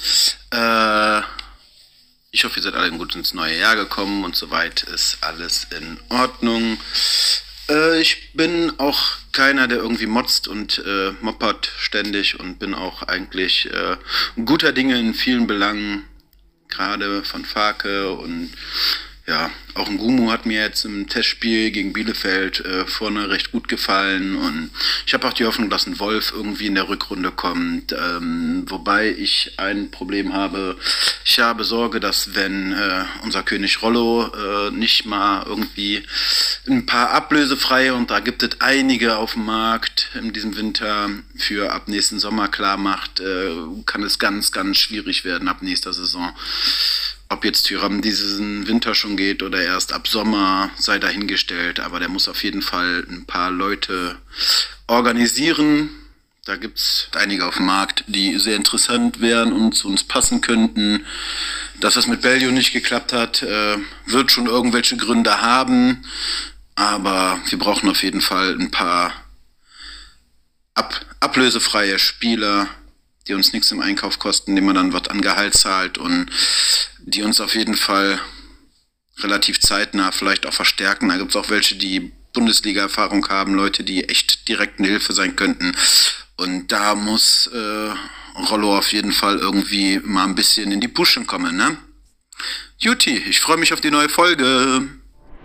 Ich hoffe, ihr seid alle gut ins neue Jahr gekommen und soweit ist alles in Ordnung. Ich bin auch keiner, der irgendwie motzt und moppert ständig und bin auch eigentlich guter Dinge in vielen Belangen, gerade von Farke und ja, auch ein Gumu hat mir jetzt im Testspiel gegen Bielefeld vorne recht gut gefallen und ich habe auch die Hoffnung, dass ein Wolf irgendwie in der Rückrunde kommt, wobei ich ein Problem habe. Ich habe Sorge, dass wenn unser König Rollo nicht mal irgendwie ein paar ablösefreie, und da gibt es einige auf dem Markt in diesem Winter, für ab nächsten Sommer klar macht, kann es ganz, ganz schwierig werden ab nächster Saison. Ob jetzt Thuram diesen Winter schon geht oder erst ab Sommer, sei dahingestellt. Aber der muss auf jeden Fall ein paar Leute organisieren. Da gibt es einige auf dem Markt, die sehr interessant wären und zu uns passen könnten. Dass das mit Bellio nicht geklappt hat, wird schon irgendwelche Gründe haben. Aber wir brauchen auf jeden Fall ein paar ablösefreie Spieler, die uns nichts im Einkauf kosten, indem man dann was an Gehalt zahlt und die uns auf jeden Fall relativ zeitnah vielleicht auch verstärken. Da gibt es auch welche, die Bundesliga-Erfahrung haben, Leute, die echt direkt eine Hilfe sein könnten. Und da muss Rollo auf jeden Fall irgendwie mal ein bisschen in die Puschen kommen, ne? Juti, ich freue mich auf die neue Folge.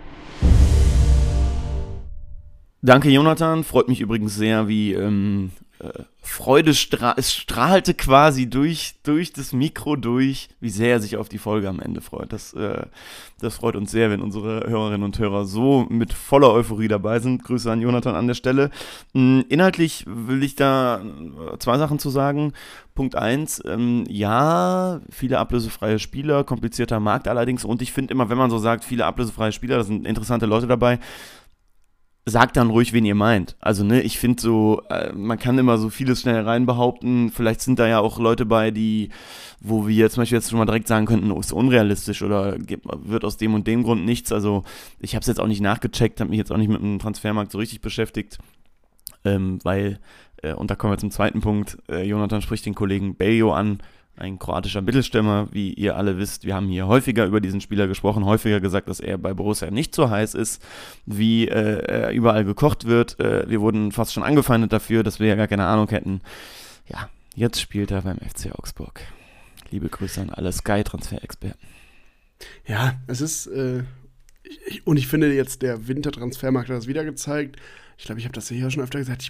Danke, Jonathan. Freut mich übrigens sehr, wie Freude es strahlte quasi durch das Mikro durch, wie sehr er sich auf die Folge am Ende freut. Das freut uns sehr, wenn unsere Hörerinnen und Hörer so mit voller Euphorie dabei sind. Grüße an Jonathan an der Stelle. Inhaltlich will ich da 2 Sachen zu sagen. Punkt 1, ja, viele ablösefreie Spieler, komplizierter Markt allerdings, und ich finde immer, wenn man so sagt, viele ablösefreie Spieler, da sind interessante Leute dabei, sagt dann ruhig, wen ihr meint. Also, ne, ich finde so, man kann immer so vieles schnell rein behaupten. Vielleicht sind da ja auch Leute bei, wo wir zum Beispiel jetzt schon mal direkt sagen könnten, ist unrealistisch oder wird aus dem und dem Grund nichts. Also, ich habe es jetzt auch nicht nachgecheckt, habe mich jetzt auch nicht mit dem Transfermarkt so richtig beschäftigt, weil, und da kommen wir zum zweiten Punkt, Jonathan spricht den Kollegen Beljo an, ein kroatischer Mittelstürmer, wie ihr alle wisst. Wir haben hier häufiger über diesen Spieler gesprochen, häufiger gesagt, dass er bei Borussia nicht so heiß ist, wie er überall gekocht wird. Wir wurden fast schon angefeindet dafür, dass wir ja gar keine Ahnung hätten. Ja, jetzt spielt er beim FC Augsburg. Liebe Grüße an alle Sky-Transfer-Experten. Ja, es ist, und ich finde jetzt, der Wintertransfermarkt hat das wieder gezeigt. Ich glaube, ich habe das hier schon öfter gesagt.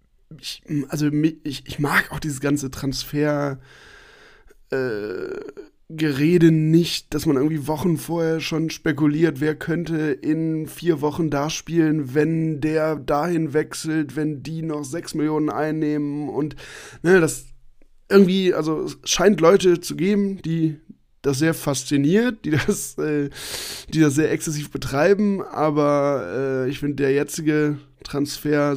Ich mag auch dieses ganze Transfer Gerede nicht, dass man irgendwie Wochen vorher schon spekuliert, wer könnte in 4 Wochen da spielen, wenn der dahin wechselt, wenn die noch 6 Millionen einnehmen und ne, das irgendwie, also es scheint Leute zu geben, die das sehr fasziniert, die das sehr exzessiv betreiben, aber ich finde, der jetzige Transfer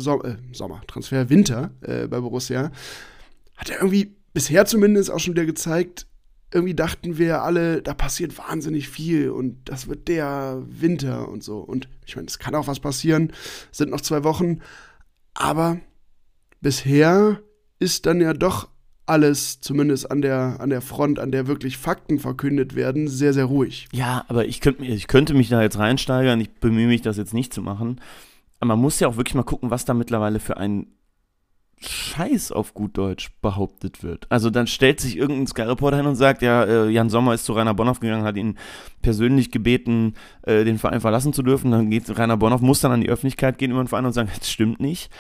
Winter bei Borussia hat ja irgendwie bisher zumindest auch schon wieder gezeigt, irgendwie dachten wir alle, da passiert wahnsinnig viel und das wird der Winter und so. Und ich meine, es kann auch was passieren, es sind noch 2 Wochen, aber bisher ist dann ja doch alles, zumindest an der Front, an der wirklich Fakten verkündet werden, sehr, sehr ruhig. Ja, aber ich könnte mich da jetzt reinsteigern, ich bemühe mich, das jetzt nicht zu machen, aber man muss ja auch wirklich mal gucken, was da mittlerweile für ein Scheiß auf gut Deutsch behauptet wird. Also dann stellt sich irgendein Sky-Reporter hin und sagt, ja, Jan Sommer ist zu Rainer Bonhoff gegangen, hat ihn persönlich gebeten, den Verein verlassen zu dürfen. Dann geht Rainer Bonhoff, muss dann an die Öffentlichkeit gehen über den Verein und sagen, das stimmt nicht.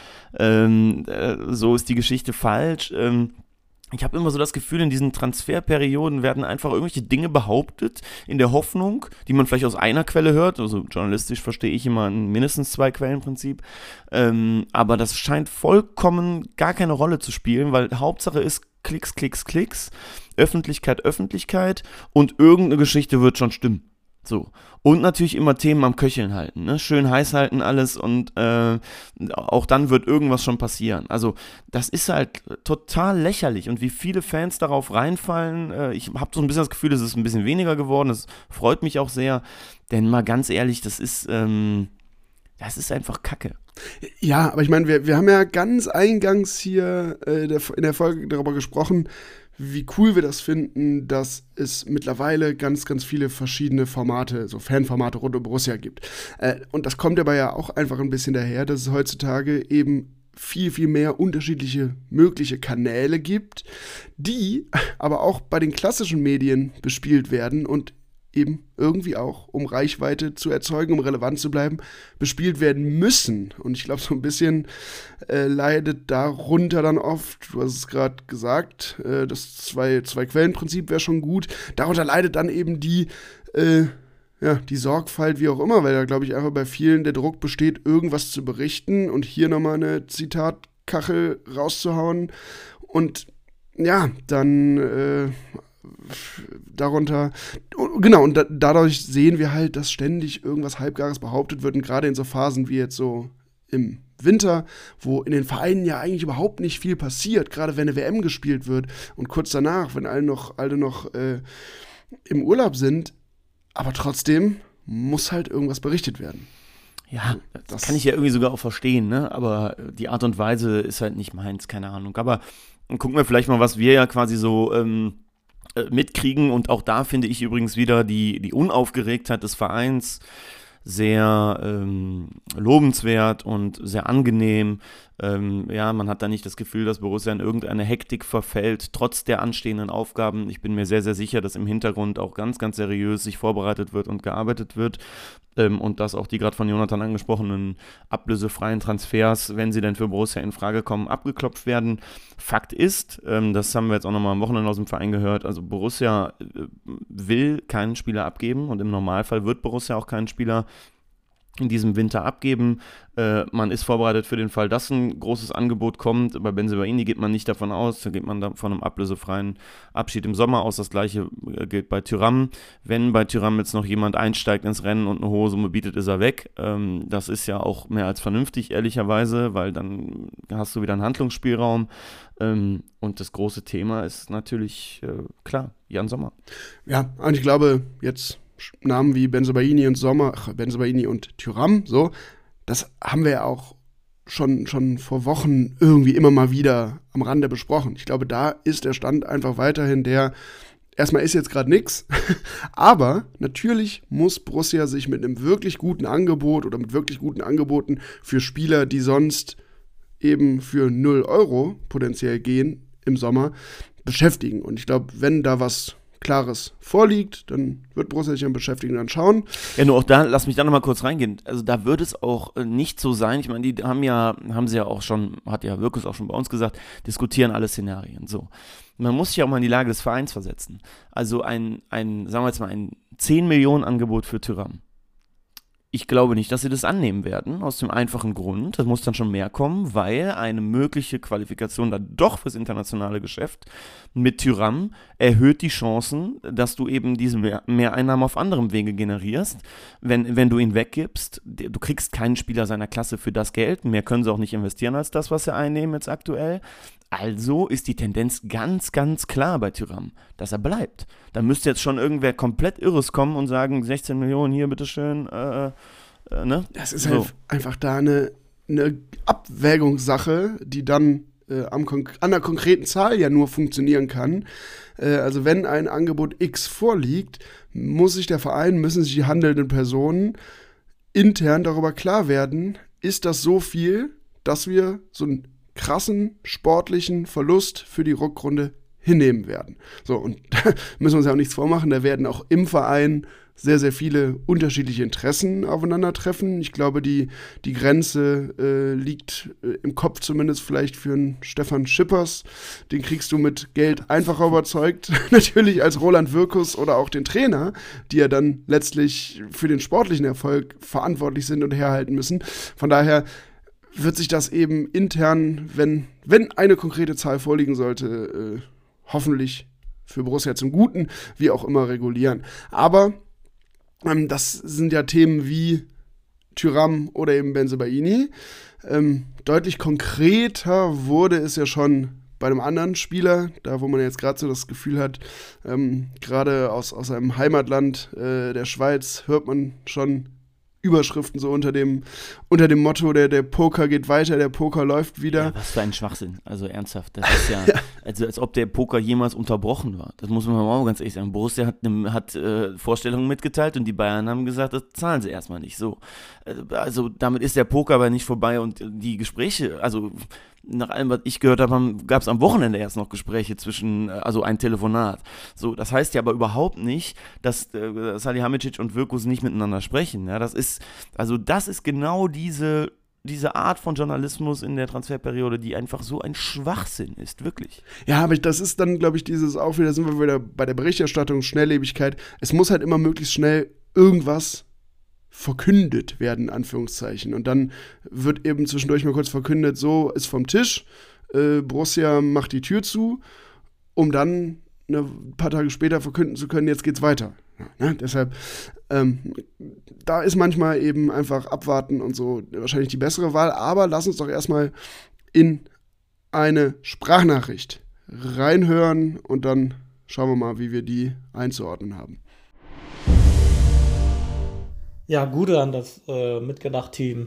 So ist die Geschichte falsch. Ich habe immer so das Gefühl, in diesen Transferperioden werden einfach irgendwelche Dinge behauptet, in der Hoffnung, die man vielleicht aus einer Quelle hört, also journalistisch verstehe ich immer ein mindestens 2 Quellenprinzip, aber das scheint vollkommen gar keine Rolle zu spielen, weil Hauptsache ist Klicks, Klicks, Klicks, Öffentlichkeit, Öffentlichkeit und irgendeine Geschichte wird schon stimmen. So. Und natürlich immer Themen am Köcheln halten, ne? Schön heiß halten alles und auch dann wird irgendwas schon passieren. Also das ist halt total lächerlich und wie viele Fans darauf reinfallen, ich habe so ein bisschen das Gefühl, es ist ein bisschen weniger geworden, das freut mich auch sehr, denn mal ganz ehrlich, das ist einfach Kacke. Ja, aber ich meine, wir haben ja ganz eingangs hier in der Folge darüber gesprochen, wie cool wir das finden, dass es mittlerweile ganz, ganz viele verschiedene Formate, so Fanformate rund um Borussia gibt. Und das kommt aber ja auch einfach ein bisschen daher, dass es heutzutage eben viel, viel mehr unterschiedliche mögliche Kanäle gibt, die aber auch bei den klassischen Medien bespielt werden und eben irgendwie auch, um Reichweite zu erzeugen, um relevant zu bleiben, bespielt werden müssen. Und ich glaube, so ein bisschen leidet darunter dann oft, du hast es gerade gesagt, das Zwei-Quellen-Prinzip wäre schon gut. Darunter leidet dann eben die Sorgfalt, wie auch immer, weil da, glaube ich, einfach bei vielen der Druck besteht, irgendwas zu berichten und hier nochmal eine Zitatkachel rauszuhauen. Und ja, dann darunter, genau, und dadurch sehen wir halt, dass ständig irgendwas Halbgares behauptet wird und gerade in so Phasen wie jetzt so im Winter, wo in den Vereinen ja eigentlich überhaupt nicht viel passiert, gerade wenn eine WM gespielt wird und kurz danach, wenn alle noch im Urlaub sind, aber trotzdem muss halt irgendwas berichtet werden. Ja, das kann ich ja irgendwie sogar auch verstehen, ne? Aber die Art und Weise ist halt nicht meins, keine Ahnung. Aber gucken wir vielleicht mal, was wir ja quasi so mitkriegen, und auch da finde ich übrigens wieder die Unaufgeregtheit des Vereins sehr lobenswert und sehr angenehm. Ja, man hat da nicht das Gefühl, dass Borussia in irgendeine Hektik verfällt, trotz der anstehenden Aufgaben. Ich bin mir sehr, sehr sicher, dass im Hintergrund auch ganz, ganz seriös sich vorbereitet wird und gearbeitet wird. Und dass auch die gerade von Jonathan angesprochenen ablösefreien Transfers, wenn sie denn für Borussia in Frage kommen, abgeklopft werden. Fakt ist, das haben wir jetzt auch nochmal am Wochenende aus dem Verein gehört, also Borussia will keinen Spieler abgeben und im Normalfall wird Borussia auch keinen Spieler in diesem Winter abgeben. Man ist vorbereitet für den Fall, dass ein großes Angebot kommt. Bei Bensebaini geht man nicht davon aus, da geht man dann von einem ablösefreien Abschied im Sommer aus. Das gleiche gilt bei Thuram. Wenn bei Thuram jetzt noch jemand einsteigt ins Rennen und eine hohe Summe bietet, ist er weg. Das ist ja auch mehr als vernünftig, ehrlicherweise, weil dann hast du wieder einen Handlungsspielraum. Und das große Thema ist natürlich, klar, Jan Sommer. Ja, und ich glaube, jetzt Namen wie Bensebaini und Thuram, so, das haben wir ja auch schon vor Wochen irgendwie immer mal wieder am Rande besprochen. Ich glaube, da ist der Stand einfach weiterhin der, erstmal ist jetzt gerade nichts, aber natürlich muss Borussia sich mit einem wirklich guten Angebot oder mit wirklich guten Angeboten für Spieler, die sonst eben für 0 € potenziell gehen im Sommer, beschäftigen. Und ich glaube, wenn da was Klares vorliegt, dann wird Borussia sich dann beschäftigen und dann schauen. Ja, nur auch da, lass mich da nochmal kurz reingehen. Also da wird es auch nicht so sein, ich meine, die haben sie ja auch schon, hat ja Wirkus auch schon bei uns gesagt, diskutieren alle Szenarien. So. Man muss sich ja auch mal in die Lage des Vereins versetzen. Also sagen wir jetzt mal, ein 10 Millionen Angebot für Thuram. Ich glaube nicht, dass sie das annehmen werden, aus dem einfachen Grund, das muss dann schon mehr kommen, weil eine mögliche Qualifikation dann doch fürs internationale Geschäft mit Thuram erhöht die Chancen, dass du eben diese Mehreinnahmen auf anderem Wege generierst. Wenn du ihn weggibst, du kriegst keinen Spieler seiner Klasse für das Geld, mehr können sie auch nicht investieren als das, was sie einnehmen jetzt aktuell. Also ist die Tendenz ganz, ganz klar bei Thuram, dass er bleibt. Da müsste jetzt schon irgendwer komplett Irres kommen und sagen, 16 Millionen hier, bitteschön, ne? Das ist halt einfach da eine Abwägungssache, die dann an der konkreten Zahl ja nur funktionieren kann. Also wenn ein Angebot X vorliegt, müssen sich die handelnden Personen intern darüber klar werden, ist das so viel, dass wir so einen krassen sportlichen Verlust für die Rückrunde hinnehmen werden. So, und da müssen wir uns ja auch nichts vormachen, da werden auch im Verein sehr, sehr viele unterschiedliche Interessen aufeinandertreffen. Ich glaube, die Grenze liegt im Kopf zumindest vielleicht für einen Stefan Schippers. Den kriegst du mit Geld einfacher überzeugt. Natürlich als Roland Wirkus oder auch den Trainer, die ja dann letztlich für den sportlichen Erfolg verantwortlich sind und herhalten müssen. Von daher wird sich das eben intern, wenn eine konkrete Zahl vorliegen sollte, hoffentlich für Borussia zum Guten, wie auch immer regulieren. Aber das sind ja Themen wie Thuram oder eben Bensebaini. Deutlich konkreter wurde es ja schon bei einem anderen Spieler, da wo man jetzt gerade so das Gefühl hat, gerade aus seinem Heimatland der Schweiz hört man schon Überschriften so unter dem Motto, der Poker geht weiter, der Poker läuft wieder. Ja, was für ein Schwachsinn, also ernsthaft. Das ist ja, also als ob der Poker jemals unterbrochen war. Das muss man mal ganz ehrlich sagen. Borussia hat Vorstellungen mitgeteilt und die Bayern haben gesagt, das zahlen sie erstmal nicht so. Also damit ist der Poker aber nicht vorbei und die Gespräche, also nach allem, was ich gehört habe, gab es am Wochenende erst noch Gespräche also ein Telefonat. So, das heißt ja aber überhaupt nicht, dass Salihamidzic und Wirkus nicht miteinander sprechen. Ja, das ist genau diese Art von Journalismus in der Transferperiode, die einfach so ein Schwachsinn ist, wirklich. Ja, aber das ist dann, glaube ich, auch wieder, sind wir wieder bei der Berichterstattung, Schnelllebigkeit. Es muss halt immer möglichst schnell irgendwas verkündet werden, in Anführungszeichen. Und dann wird eben zwischendurch mal kurz verkündet, so ist vom Tisch, Borussia macht die Tür zu, um dann ein paar Tage später verkünden zu können, jetzt geht's weiter. Ja, ne? Deshalb, da ist manchmal eben einfach abwarten und so wahrscheinlich die bessere Wahl, aber lass uns doch erstmal in eine Sprachnachricht reinhören und dann schauen wir mal, wie wir die einzuordnen haben. Ja, Gude an das Mitgedacht-Team.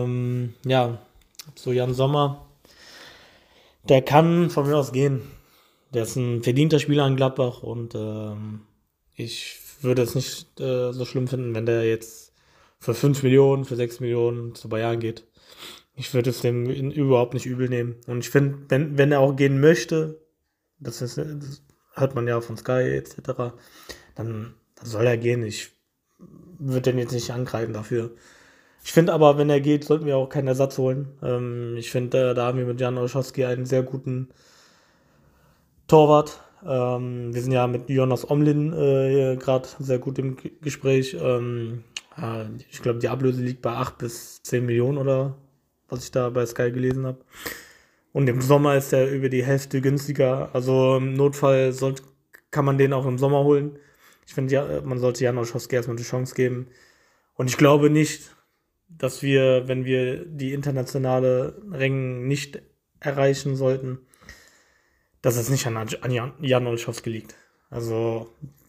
So Jan Sommer, der kann von mir aus gehen. Der ist ein verdienter Spieler in Gladbach und ich würde es nicht so schlimm finden, wenn der jetzt für 5 Millionen, für 6 Millionen zu Bayern geht. Ich würde es dem überhaupt nicht übel nehmen. Und ich finde, wenn er auch gehen möchte, das hört man ja von Sky etc., dann soll er gehen. Ich würde den jetzt nicht angreifen dafür. Ich finde aber, wenn er geht, sollten wir auch keinen Ersatz holen. Ich finde, da haben wir mit Jan Olszewski einen sehr guten Torwart. Wir sind ja mit Jonas Omlin gerade sehr gut im Gespräch. Ich glaube, die Ablöse liegt bei 8 bis 10 Millionen oder was ich da bei Sky gelesen habe. Und im Sommer ist er über die Hälfte günstiger. Also im Notfall kann man den auch im Sommer holen. Ich finde, ja, man sollte Jan Olszewski erstmal die Chance geben. Und ich glaube nicht, dass wir, wenn wir die internationale Rängen nicht erreichen sollten, dass es nicht an Jan Olszewski liegt. Also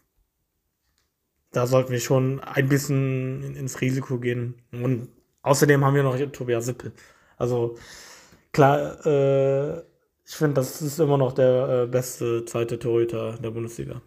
da sollten wir schon ein bisschen ins Risiko gehen. Und außerdem haben wir noch Tobias Sippel. Also klar, ich finde, das ist immer noch der beste zweite Torhüter der Bundesliga.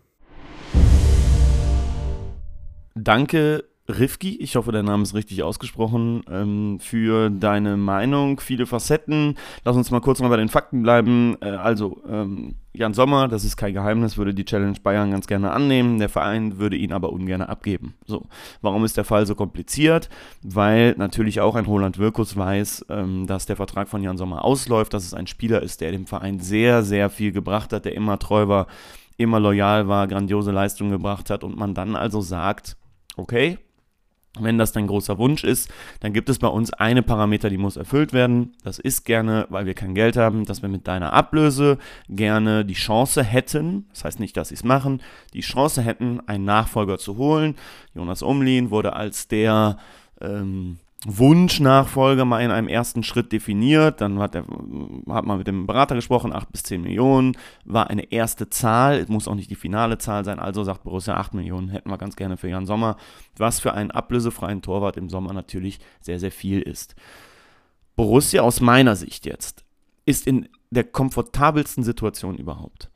Danke, Rifki, ich hoffe, der Name ist richtig ausgesprochen, für deine Meinung, viele Facetten. Lass uns mal kurz noch bei den Fakten bleiben. Jan Sommer, das ist kein Geheimnis, würde die Challenge Bayern ganz gerne annehmen. Der Verein würde ihn aber ungern abgeben. So, warum ist der Fall so kompliziert? Weil natürlich auch ein Roland Wirkus weiß, dass der Vertrag von Jan Sommer ausläuft, dass es ein Spieler ist, der dem Verein sehr, sehr viel gebracht hat, der immer treu war, immer loyal war, grandiose Leistungen gebracht hat und man dann also sagt, okay, wenn das dein großer Wunsch ist, dann gibt es bei uns eine Parameter, die muss erfüllt werden. Das ist gerne, weil wir kein Geld haben, dass wir mit deiner Ablöse gerne die Chance hätten, das heißt nicht, dass sie es machen, die Chance hätten, einen Nachfolger zu holen. Jonas Omlin wurde als der Wunschnachfolger mal in einem ersten Schritt definiert, dann hat man mit dem Berater gesprochen, 8 bis 10 Millionen, war eine erste Zahl, es muss auch nicht die finale Zahl sein, also sagt Borussia 8 Millionen, hätten wir ganz gerne für Jan Sommer, was für einen ablösefreien Torwart im Sommer natürlich sehr, sehr viel ist. Borussia aus meiner Sicht jetzt ist in der komfortabelsten Situation überhaupt.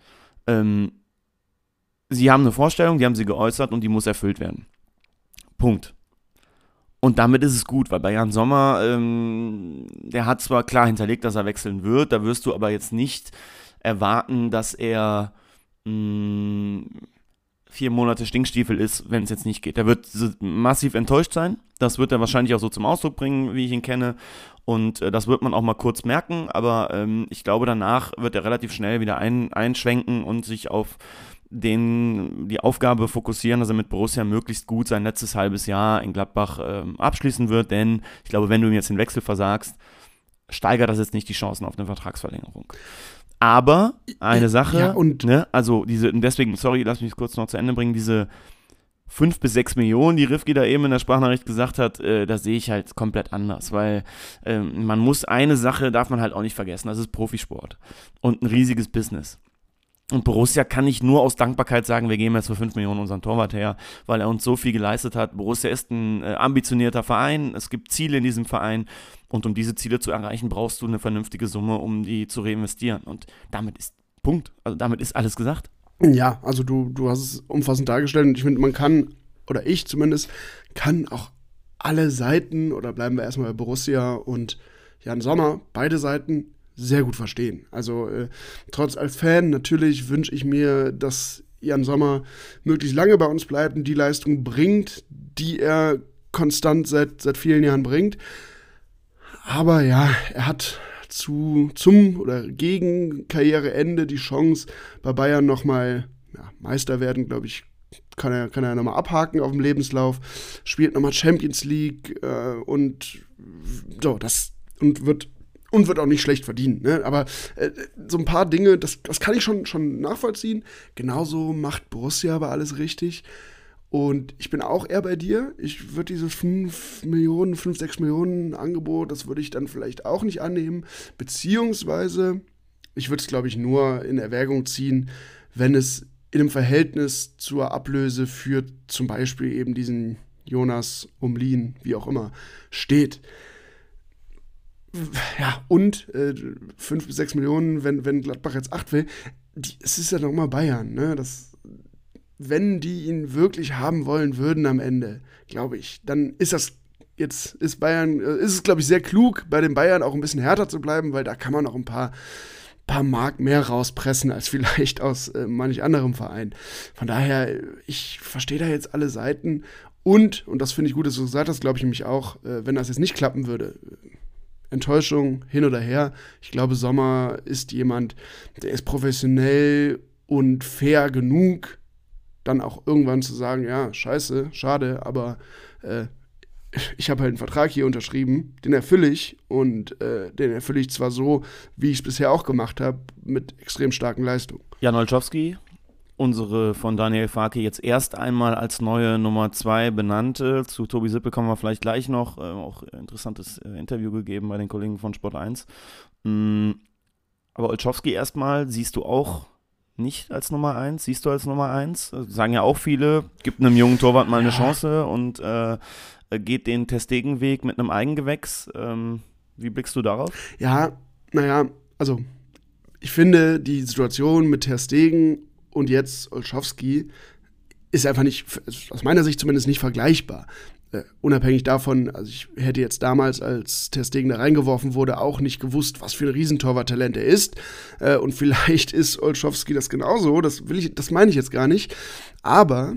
Sie haben eine Vorstellung, die haben sie geäußert und die muss erfüllt werden. Punkt. Und damit ist es gut, weil bei Jan Sommer, der hat zwar klar hinterlegt, dass er wechseln wird, da wirst du aber jetzt nicht erwarten, dass er 4 Monate Stinkstiefel ist, wenn es jetzt nicht geht. Er wird massiv enttäuscht sein, das wird er wahrscheinlich auch so zum Ausdruck bringen, wie ich ihn kenne. Und das wird man auch mal kurz merken, aber ich glaube, danach wird er relativ schnell wieder einschwenken und sich auf die Aufgabe fokussieren, dass er mit Borussia möglichst gut sein letztes halbes Jahr in Gladbach abschließen wird, denn ich glaube, wenn du ihm jetzt den Wechsel versagst, steigert das jetzt nicht die Chancen auf eine Vertragsverlängerung. Aber eine Sache, ja, und deswegen, sorry, lass mich kurz noch zu Ende bringen, diese 5 bis 6 Millionen, die Rifki da eben in der Sprachnachricht gesagt hat, das sehe ich halt komplett anders, weil man muss eine Sache, darf man halt auch nicht vergessen, das ist Profisport und ein riesiges Business. Und Borussia kann nicht nur aus Dankbarkeit sagen, wir geben jetzt für 5 Millionen unseren Torwart her, weil er uns so viel geleistet hat. Borussia ist ein ambitionierter Verein, es gibt Ziele in diesem Verein und um diese Ziele zu erreichen, brauchst du eine vernünftige Summe, um die zu reinvestieren. Und damit ist Punkt, also damit ist alles gesagt. Ja, also du hast es umfassend dargestellt und ich finde, man kann, oder ich zumindest, kann auch alle Seiten, oder bleiben wir erstmal bei Borussia und Jan Sommer, beide Seiten sehr gut verstehen. Also trotz als Fan, natürlich wünsche ich mir, dass Jan Sommer möglichst lange bei uns bleibt und die Leistung bringt, die er konstant seit vielen Jahren bringt. Aber ja, er hat zum oder gegen Karriereende die Chance, bei Bayern nochmal Meister werden, glaube ich, kann er nochmal abhaken auf dem Lebenslauf, spielt nochmal Champions League und wird auch nicht schlecht verdienen, ne? Aber so ein paar Dinge, das kann ich schon nachvollziehen. Genauso macht Borussia aber alles richtig. Und ich bin auch eher bei dir. Ich würde dieses 5, 6 Millionen Angebot, das würde ich dann vielleicht auch nicht annehmen. Beziehungsweise, ich würde es, glaube ich, nur in Erwägung ziehen, wenn es in einem Verhältnis zur Ablöse für zum Beispiel eben diesen Jonas Omlin, wie auch immer, steht. Ja, und 5 bis 6 Millionen, wenn Gladbach jetzt 8 will, es ist ja noch mal Bayern, ne? Wenn die ihn wirklich haben wollen würden am Ende, glaube ich, dann ist das jetzt ist es, glaube ich, sehr klug, bei den Bayern auch ein bisschen härter zu bleiben, weil da kann man auch ein paar Mark mehr rauspressen als vielleicht aus manch anderem Verein. Von daher, ich verstehe da jetzt alle Seiten und das finde ich gut, dass du gesagt hast, glaube ich nämlich auch, wenn das jetzt nicht klappen würde, Enttäuschung hin oder her, ich glaube, Sommer ist jemand, der ist professionell und fair genug, dann auch irgendwann zu sagen, ja, scheiße, schade, aber ich habe halt einen Vertrag hier unterschrieben, den erfülle ich und den erfülle ich zwar so, wie ich es bisher auch gemacht habe, mit extrem starken Leistungen. Jan Olszewski, unsere von Daniel Farke jetzt erst einmal als neue Nummer 2 benannte. Zu Tobi Sippel kommen wir vielleicht gleich noch. Auch interessantes Interview gegeben bei den Kollegen von Sport 1. Aber Olszewski erstmal siehst du auch nicht als Nummer 1? Siehst du als Nummer 1? Sagen ja auch viele, gibt einem jungen Torwart mal eine Chance und geht den Ter Stegen-Weg mit einem Eigengewächs. Wie blickst du darauf? Ja, naja, also ich finde, die Situation mit Ter Stegen und jetzt Olszewski ist einfach nicht, aus meiner Sicht zumindest nicht vergleichbar. Unabhängig davon, also ich hätte jetzt damals, als Ter Stegen da reingeworfen wurde, auch nicht gewusst, was für ein Riesentorwarttalent er ist. Und vielleicht ist Olszewski das genauso, das meine ich jetzt gar nicht. Aber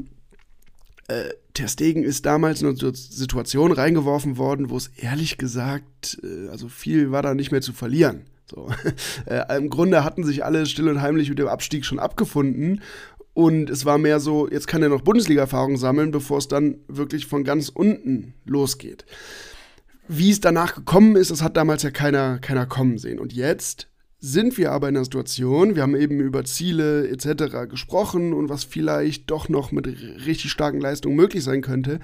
Ter Stegen ist damals in eine Situation reingeworfen worden, wo es ehrlich gesagt, also viel war da nicht mehr zu verlieren. So. Im Grunde hatten sich alle still und heimlich mit dem Abstieg schon abgefunden und es war mehr so, jetzt kann er noch Bundesliga-Erfahrung sammeln, bevor es dann wirklich von ganz unten losgeht. Wie es danach gekommen ist, das hat damals ja keiner kommen sehen. Und jetzt sind wir aber in einer Situation, wir haben eben über Ziele etc. gesprochen und was vielleicht doch noch mit richtig starken Leistungen möglich sein könnte.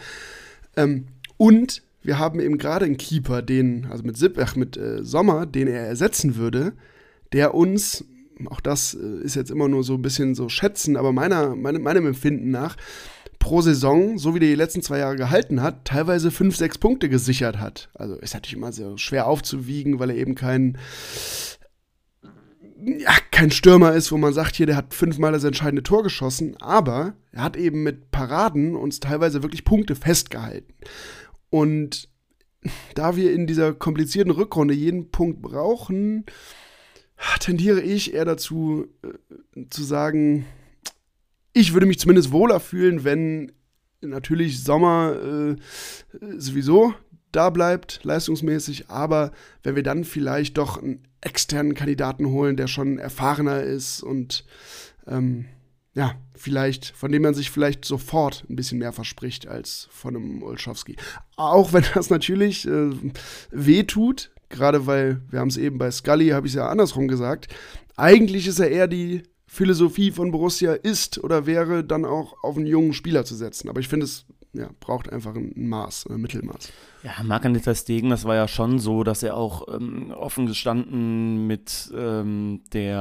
Und wir haben eben gerade einen Keeper, mit Sommer, den er ersetzen würde, der uns, auch das ist jetzt immer nur so ein bisschen so schätzen, aber meinem Empfinden nach, pro Saison, so wie der die letzten 2 Jahre gehalten hat, teilweise 5-6 Punkte gesichert hat. Also ist natürlich immer sehr schwer aufzuwiegen, weil er eben kein Stürmer ist, wo man sagt, hier, der hat 5-mal das entscheidende Tor geschossen, aber er hat eben mit Paraden uns teilweise wirklich Punkte festgehalten. Und da wir in dieser komplizierten Rückrunde jeden Punkt brauchen, tendiere ich eher dazu, zu sagen, ich würde mich zumindest wohler fühlen, wenn natürlich Sommer sowieso da bleibt, leistungsmäßig, aber wenn wir dann vielleicht doch einen externen Kandidaten holen, der schon erfahrener ist und vielleicht, von dem man sich vielleicht sofort ein bisschen mehr verspricht als von einem Olszewski. Auch wenn das natürlich wehtut, gerade weil, wir haben es eben bei Scully, habe ich es ja andersrum gesagt, eigentlich ist er eher die Philosophie von Borussia ist oder wäre, dann auch auf einen jungen Spieler zu setzen. Aber ich finde, es braucht einfach ein Maß, ein Mittelmaß. Ja, Marc-André Ter Stegen, das war ja schon so, dass er auch offen gestanden mit den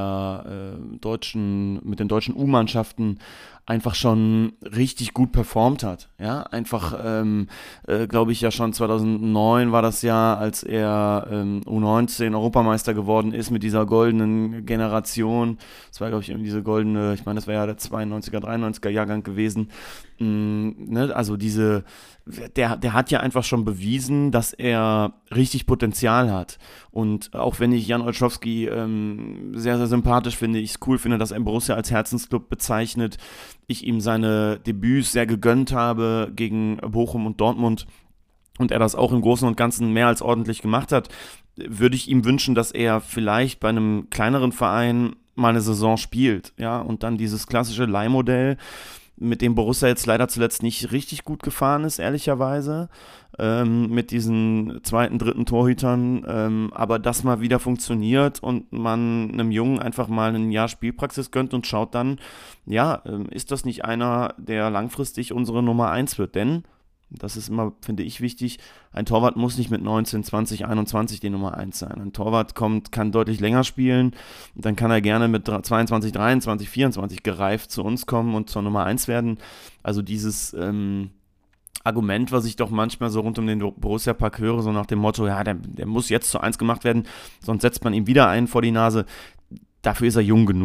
deutschen U-Mannschaften einfach schon richtig gut performt hat. Ja, einfach, glaube ich, ja schon 2009 war das Jahr, als er U19 Europameister geworden ist mit dieser goldenen Generation. Das war, glaube ich, irgendwie diese goldene, ich meine, das wäre ja der 92er, 93er Jahrgang gewesen. Also der hat ja einfach schon bewiesen, dass er richtig Potenzial hat. Und auch wenn ich Jan Olszewski sehr, sehr sympathisch finde, ich es cool finde, dass er Borussia als Herzensclub bezeichnet, ich ihm seine Debüts sehr gegönnt habe gegen Bochum und Dortmund und er das auch im Großen und Ganzen mehr als ordentlich gemacht hat, würde ich ihm wünschen, dass er vielleicht bei einem kleineren Verein mal eine Saison spielt, ja, und dann dieses klassische Leihmodell, mit dem Borussia jetzt leider zuletzt nicht richtig gut gefahren ist, ehrlicherweise, mit diesen 2., 3. Torhütern, aber das mal wieder funktioniert und man einem Jungen einfach mal ein Jahr Spielpraxis gönnt und schaut dann, ist das nicht einer, der langfristig unsere Nummer 1 wird, denn das ist immer, finde ich, wichtig. Ein Torwart muss nicht mit 19, 20, 21 die Nummer 1 sein. Ein Torwart kann deutlich länger spielen. Dann kann er gerne mit 22, 23, 24 gereift zu uns kommen und zur Nummer 1 werden. Also dieses Argument, was ich doch manchmal so rund um den Borussia-Park höre, so nach dem Motto, ja, der muss jetzt zur 1 gemacht werden, sonst setzt man ihm wieder einen vor die Nase. Dafür ist er jung genug.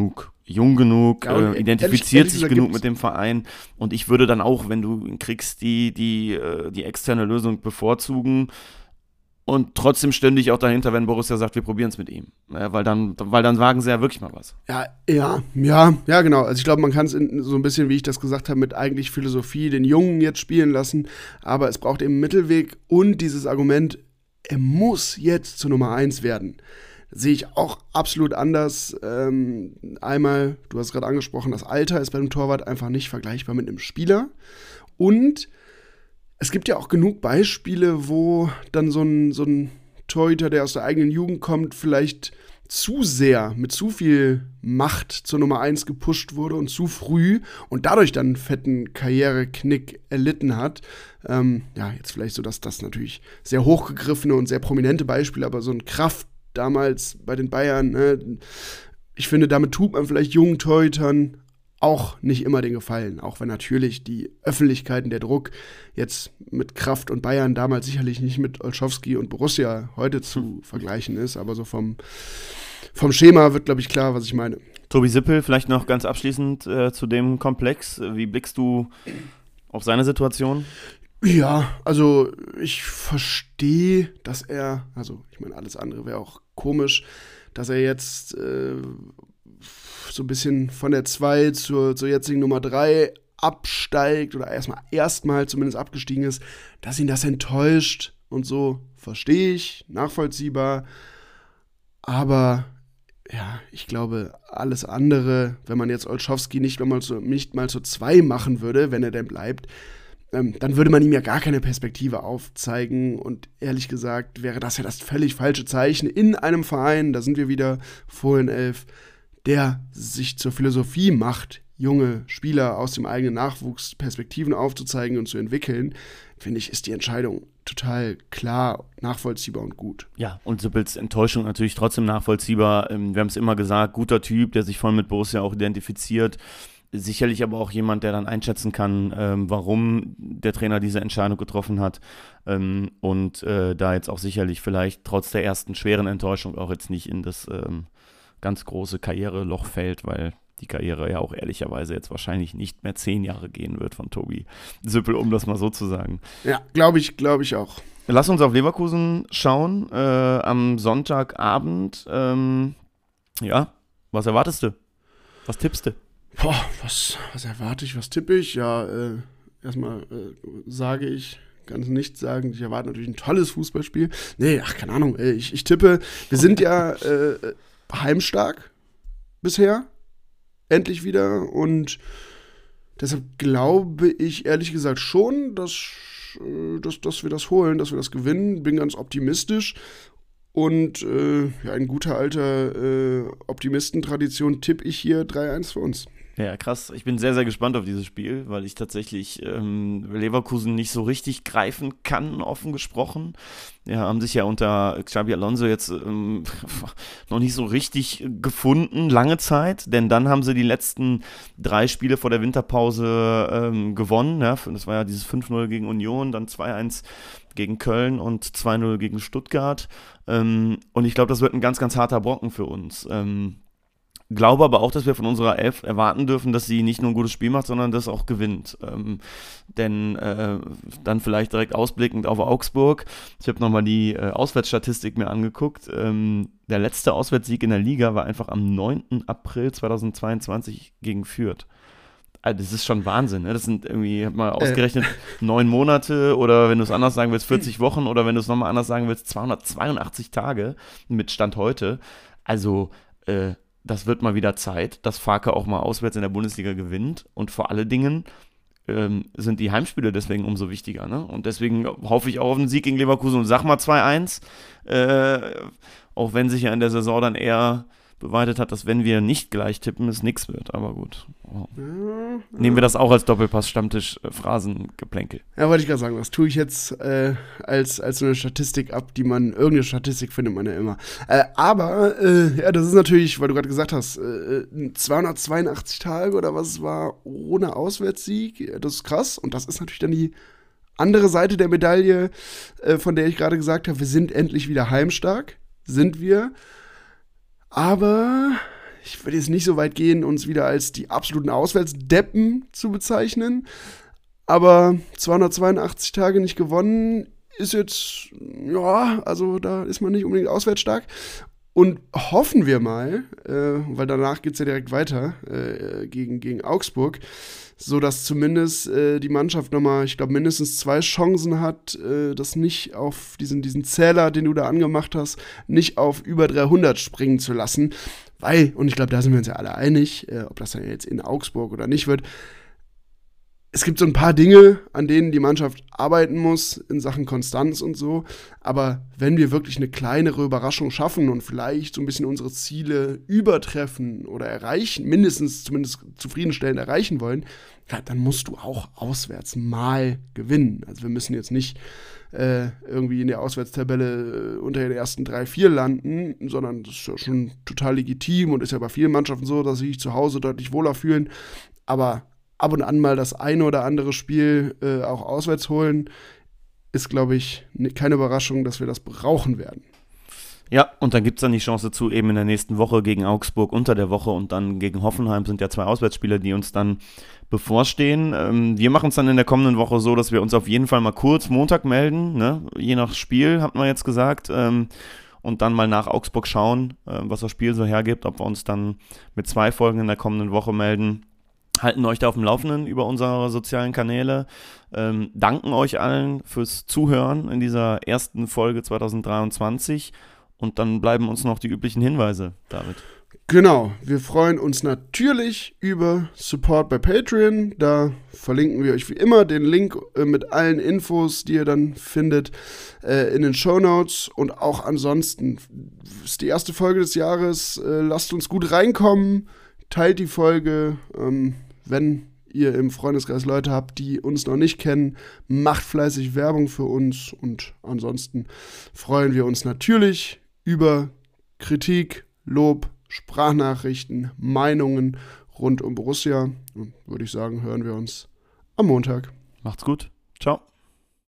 jung genug, Ja, identifiziert sich ehrlich genug gesagt mit dem Verein. Und ich würde dann auch, wenn du ihn kriegst, die externe Lösung bevorzugen und trotzdem ständig auch dahinter, wenn Borussia sagt, wir probieren es mit ihm. Ja, weil dann wagen sie ja wirklich mal was. Ja, genau. Also ich glaube, man kann es so ein bisschen, wie ich das gesagt habe, mit eigentlich Philosophie den Jungen jetzt spielen lassen. Aber es braucht eben einen Mittelweg und dieses Argument, er muss jetzt zur Nummer 1 werden. Sehe ich auch absolut anders. Einmal, du hast gerade angesprochen, das Alter ist beim Torwart einfach nicht vergleichbar mit einem Spieler. Und es gibt ja auch genug Beispiele, wo dann so ein Torhüter, der aus der eigenen Jugend kommt, vielleicht zu sehr, mit zu viel Macht zur Nummer 1 gepusht wurde und zu früh und dadurch dann einen fetten Karriereknick erlitten hat. Jetzt vielleicht so, dass das natürlich sehr hochgegriffene und sehr prominente Beispiele, aber so ein Kraft damals bei den Bayern, ne, ich finde, damit tut man vielleicht jungen Torhütern auch nicht immer den Gefallen, auch wenn natürlich die Öffentlichkeiten, der Druck jetzt mit Kraft und Bayern damals sicherlich nicht mit Olschowski und Borussia heute zu vergleichen ist, aber so vom Schema wird, glaube ich, klar, was ich meine. Tobi Sippel, vielleicht noch ganz abschließend zu dem Komplex. Wie blickst du auf seine Situation? Ja, also ich verstehe, dass er, also ich meine, alles andere wäre auch komisch, dass er jetzt so ein bisschen von der 2 zur jetzigen Nummer 3 absteigt oder erstmal zumindest abgestiegen ist, dass ihn das enttäuscht und so, verstehe ich, nachvollziehbar. Aber ja, ich glaube, alles andere, wenn man jetzt Olschowski nicht mal zur 2 machen würde, wenn er denn bleibt, dann würde man ihm ja gar keine Perspektive aufzeigen und ehrlich gesagt wäre das ja das völlig falsche Zeichen in einem Verein, da sind wir wieder, Fohlenelf, der sich zur Philosophie macht, junge Spieler aus dem eigenen Nachwuchs Perspektiven aufzuzeigen und zu entwickeln, finde ich, ist die Entscheidung total klar, nachvollziehbar und gut. Ja, und Sippels Enttäuschung natürlich trotzdem nachvollziehbar. Wir haben es immer gesagt, guter Typ, der sich voll mit Borussia auch identifiziert. Sicherlich aber auch jemand, der dann einschätzen kann, warum der Trainer diese Entscheidung getroffen hat und da jetzt auch sicherlich vielleicht trotz der ersten schweren Enttäuschung auch jetzt nicht in das ganz große Karriereloch fällt, weil die Karriere ja auch ehrlicherweise jetzt wahrscheinlich nicht mehr 10 Jahre gehen wird von Tobi Sippel, um das mal so zu sagen. Ja, glaube ich auch. Lass uns auf Leverkusen schauen, am Sonntagabend. Was erwartest du? Was tippst du? Was erwarte ich, was tippe ich? Ja, erstmal sage ich, ganz nichts sagen. Ich erwarte natürlich ein tolles Fußballspiel. Nee, keine Ahnung. Ich tippe, wir sind ja heimstark bisher. Endlich wieder. Und deshalb glaube ich ehrlich gesagt schon, dass wir das holen, dass wir das gewinnen. Bin ganz optimistisch. Und in guter alter Optimistentradition tippe ich hier 3-1 für uns. Ja, krass. Ich bin sehr, sehr gespannt auf dieses Spiel, weil ich tatsächlich Leverkusen nicht so richtig greifen kann, offen gesprochen. Ja, haben sich ja unter Xabi Alonso jetzt noch nicht so richtig gefunden, lange Zeit, denn dann haben sie die letzten 3 Spiele vor der Winterpause gewonnen. Ja, das war ja dieses 5-0 gegen Union, dann 2-1 gegen Köln und 2-0 gegen Stuttgart. Und ich glaube, das wird ein ganz, ganz harter Brocken für uns. Glaube aber auch, dass wir von unserer Elf erwarten dürfen, dass sie nicht nur ein gutes Spiel macht, sondern das auch gewinnt. Denn dann vielleicht direkt ausblickend auf Augsburg. Ich habe nochmal die Auswärtsstatistik mir angeguckt. Der letzte Auswärtssieg in der Liga war einfach am 9. April 2022 gegen Fürth. Also das ist schon Wahnsinn, ne? Das sind irgendwie, ich habe mal ausgerechnet, 9 Monate oder wenn du es anders sagen willst, 40 Wochen oder wenn du es nochmal anders sagen willst, 282 Tage mit Stand heute. Also, das wird mal wieder Zeit, dass Farke auch mal auswärts in der Bundesliga gewinnt und vor allen Dingen sind die Heimspiele deswegen umso wichtiger, ne? Und deswegen hoffe ich auch auf einen Sieg gegen Leverkusen und sag mal 2-1, auch wenn sich ja in der Saison dann eher bewahrheitet hat, dass wenn wir nicht gleich tippen, es nichts wird, aber gut. Oh. Nehmen wir das auch als Doppelpass-Stammtisch-Phrasengeplänkel. Ja, wollte ich gerade sagen, das tue ich jetzt als so eine Statistik ab, irgendeine Statistik findet man ja immer. Aber das ist natürlich, weil du gerade gesagt hast, 282 Tage oder was es war, ohne Auswärtssieg, das ist krass und das ist natürlich dann die andere Seite der Medaille, von der ich gerade gesagt habe, wir sind endlich wieder heimstark, sind wir. Aber ich würde jetzt nicht so weit gehen, uns wieder als die absoluten Auswärtsdeppen zu bezeichnen. Aber 282 Tage nicht gewonnen ist jetzt, ja, also da ist man nicht unbedingt auswärts stark. Und hoffen wir mal, weil danach geht es ja direkt weiter gegen Augsburg, sodass zumindest die Mannschaft nochmal, ich glaube, mindestens 2 Chancen hat, das nicht auf diesen Zähler, den du da angemacht hast, nicht auf über 300 springen zu lassen. Weil, und ich glaube, da sind wir uns ja alle einig, ob das dann jetzt in Augsburg oder nicht wird, es gibt so ein paar Dinge, an denen die Mannschaft arbeiten muss in Sachen Konstanz und so. Aber wenn wir wirklich eine kleinere Überraschung schaffen und vielleicht so ein bisschen unsere Ziele übertreffen oder erreichen, mindestens zumindest zufriedenstellend erreichen wollen, ja, dann musst du auch auswärts mal gewinnen. Also wir müssen jetzt nicht irgendwie in der Auswärtstabelle unter den ersten 3, 4 landen, sondern das ist ja schon total legitim und ist ja bei vielen Mannschaften so, dass sie sich zu Hause deutlich wohler fühlen. Aber ab und an mal das eine oder andere Spiel auch auswärts holen, ist, glaube ich, keine Überraschung, dass wir das brauchen werden. Ja, und dann gibt es dann die Chance dazu, eben in der nächsten Woche gegen Augsburg unter der Woche und dann gegen Hoffenheim sind ja 2 Auswärtsspiele, die uns dann bevorstehen. Wir machen es dann in der kommenden Woche so, dass wir uns auf jeden Fall mal kurz Montag melden, ne? Je nach Spiel, hat man jetzt gesagt, und dann mal nach Augsburg schauen, was das Spiel so hergibt, ob wir uns dann mit 2 Folgen in der kommenden Woche melden. Halten euch da auf dem Laufenden über unsere sozialen Kanäle, danken euch allen fürs Zuhören in dieser ersten Folge 2023 und dann bleiben uns noch die üblichen Hinweise, David. Genau, wir freuen uns natürlich über Support bei Patreon, da verlinken wir euch wie immer den Link mit allen Infos, die ihr dann findet, in den Shownotes und auch ansonsten ist die erste Folge des Jahres, lasst uns gut reinkommen, teilt die Folge, wenn ihr im Freundeskreis Leute habt, die uns noch nicht kennen, macht fleißig Werbung für uns und ansonsten freuen wir uns natürlich über Kritik, Lob, Sprachnachrichten, Meinungen rund um Borussia. Und würde ich sagen, hören wir uns am Montag. Macht's gut. Ciao.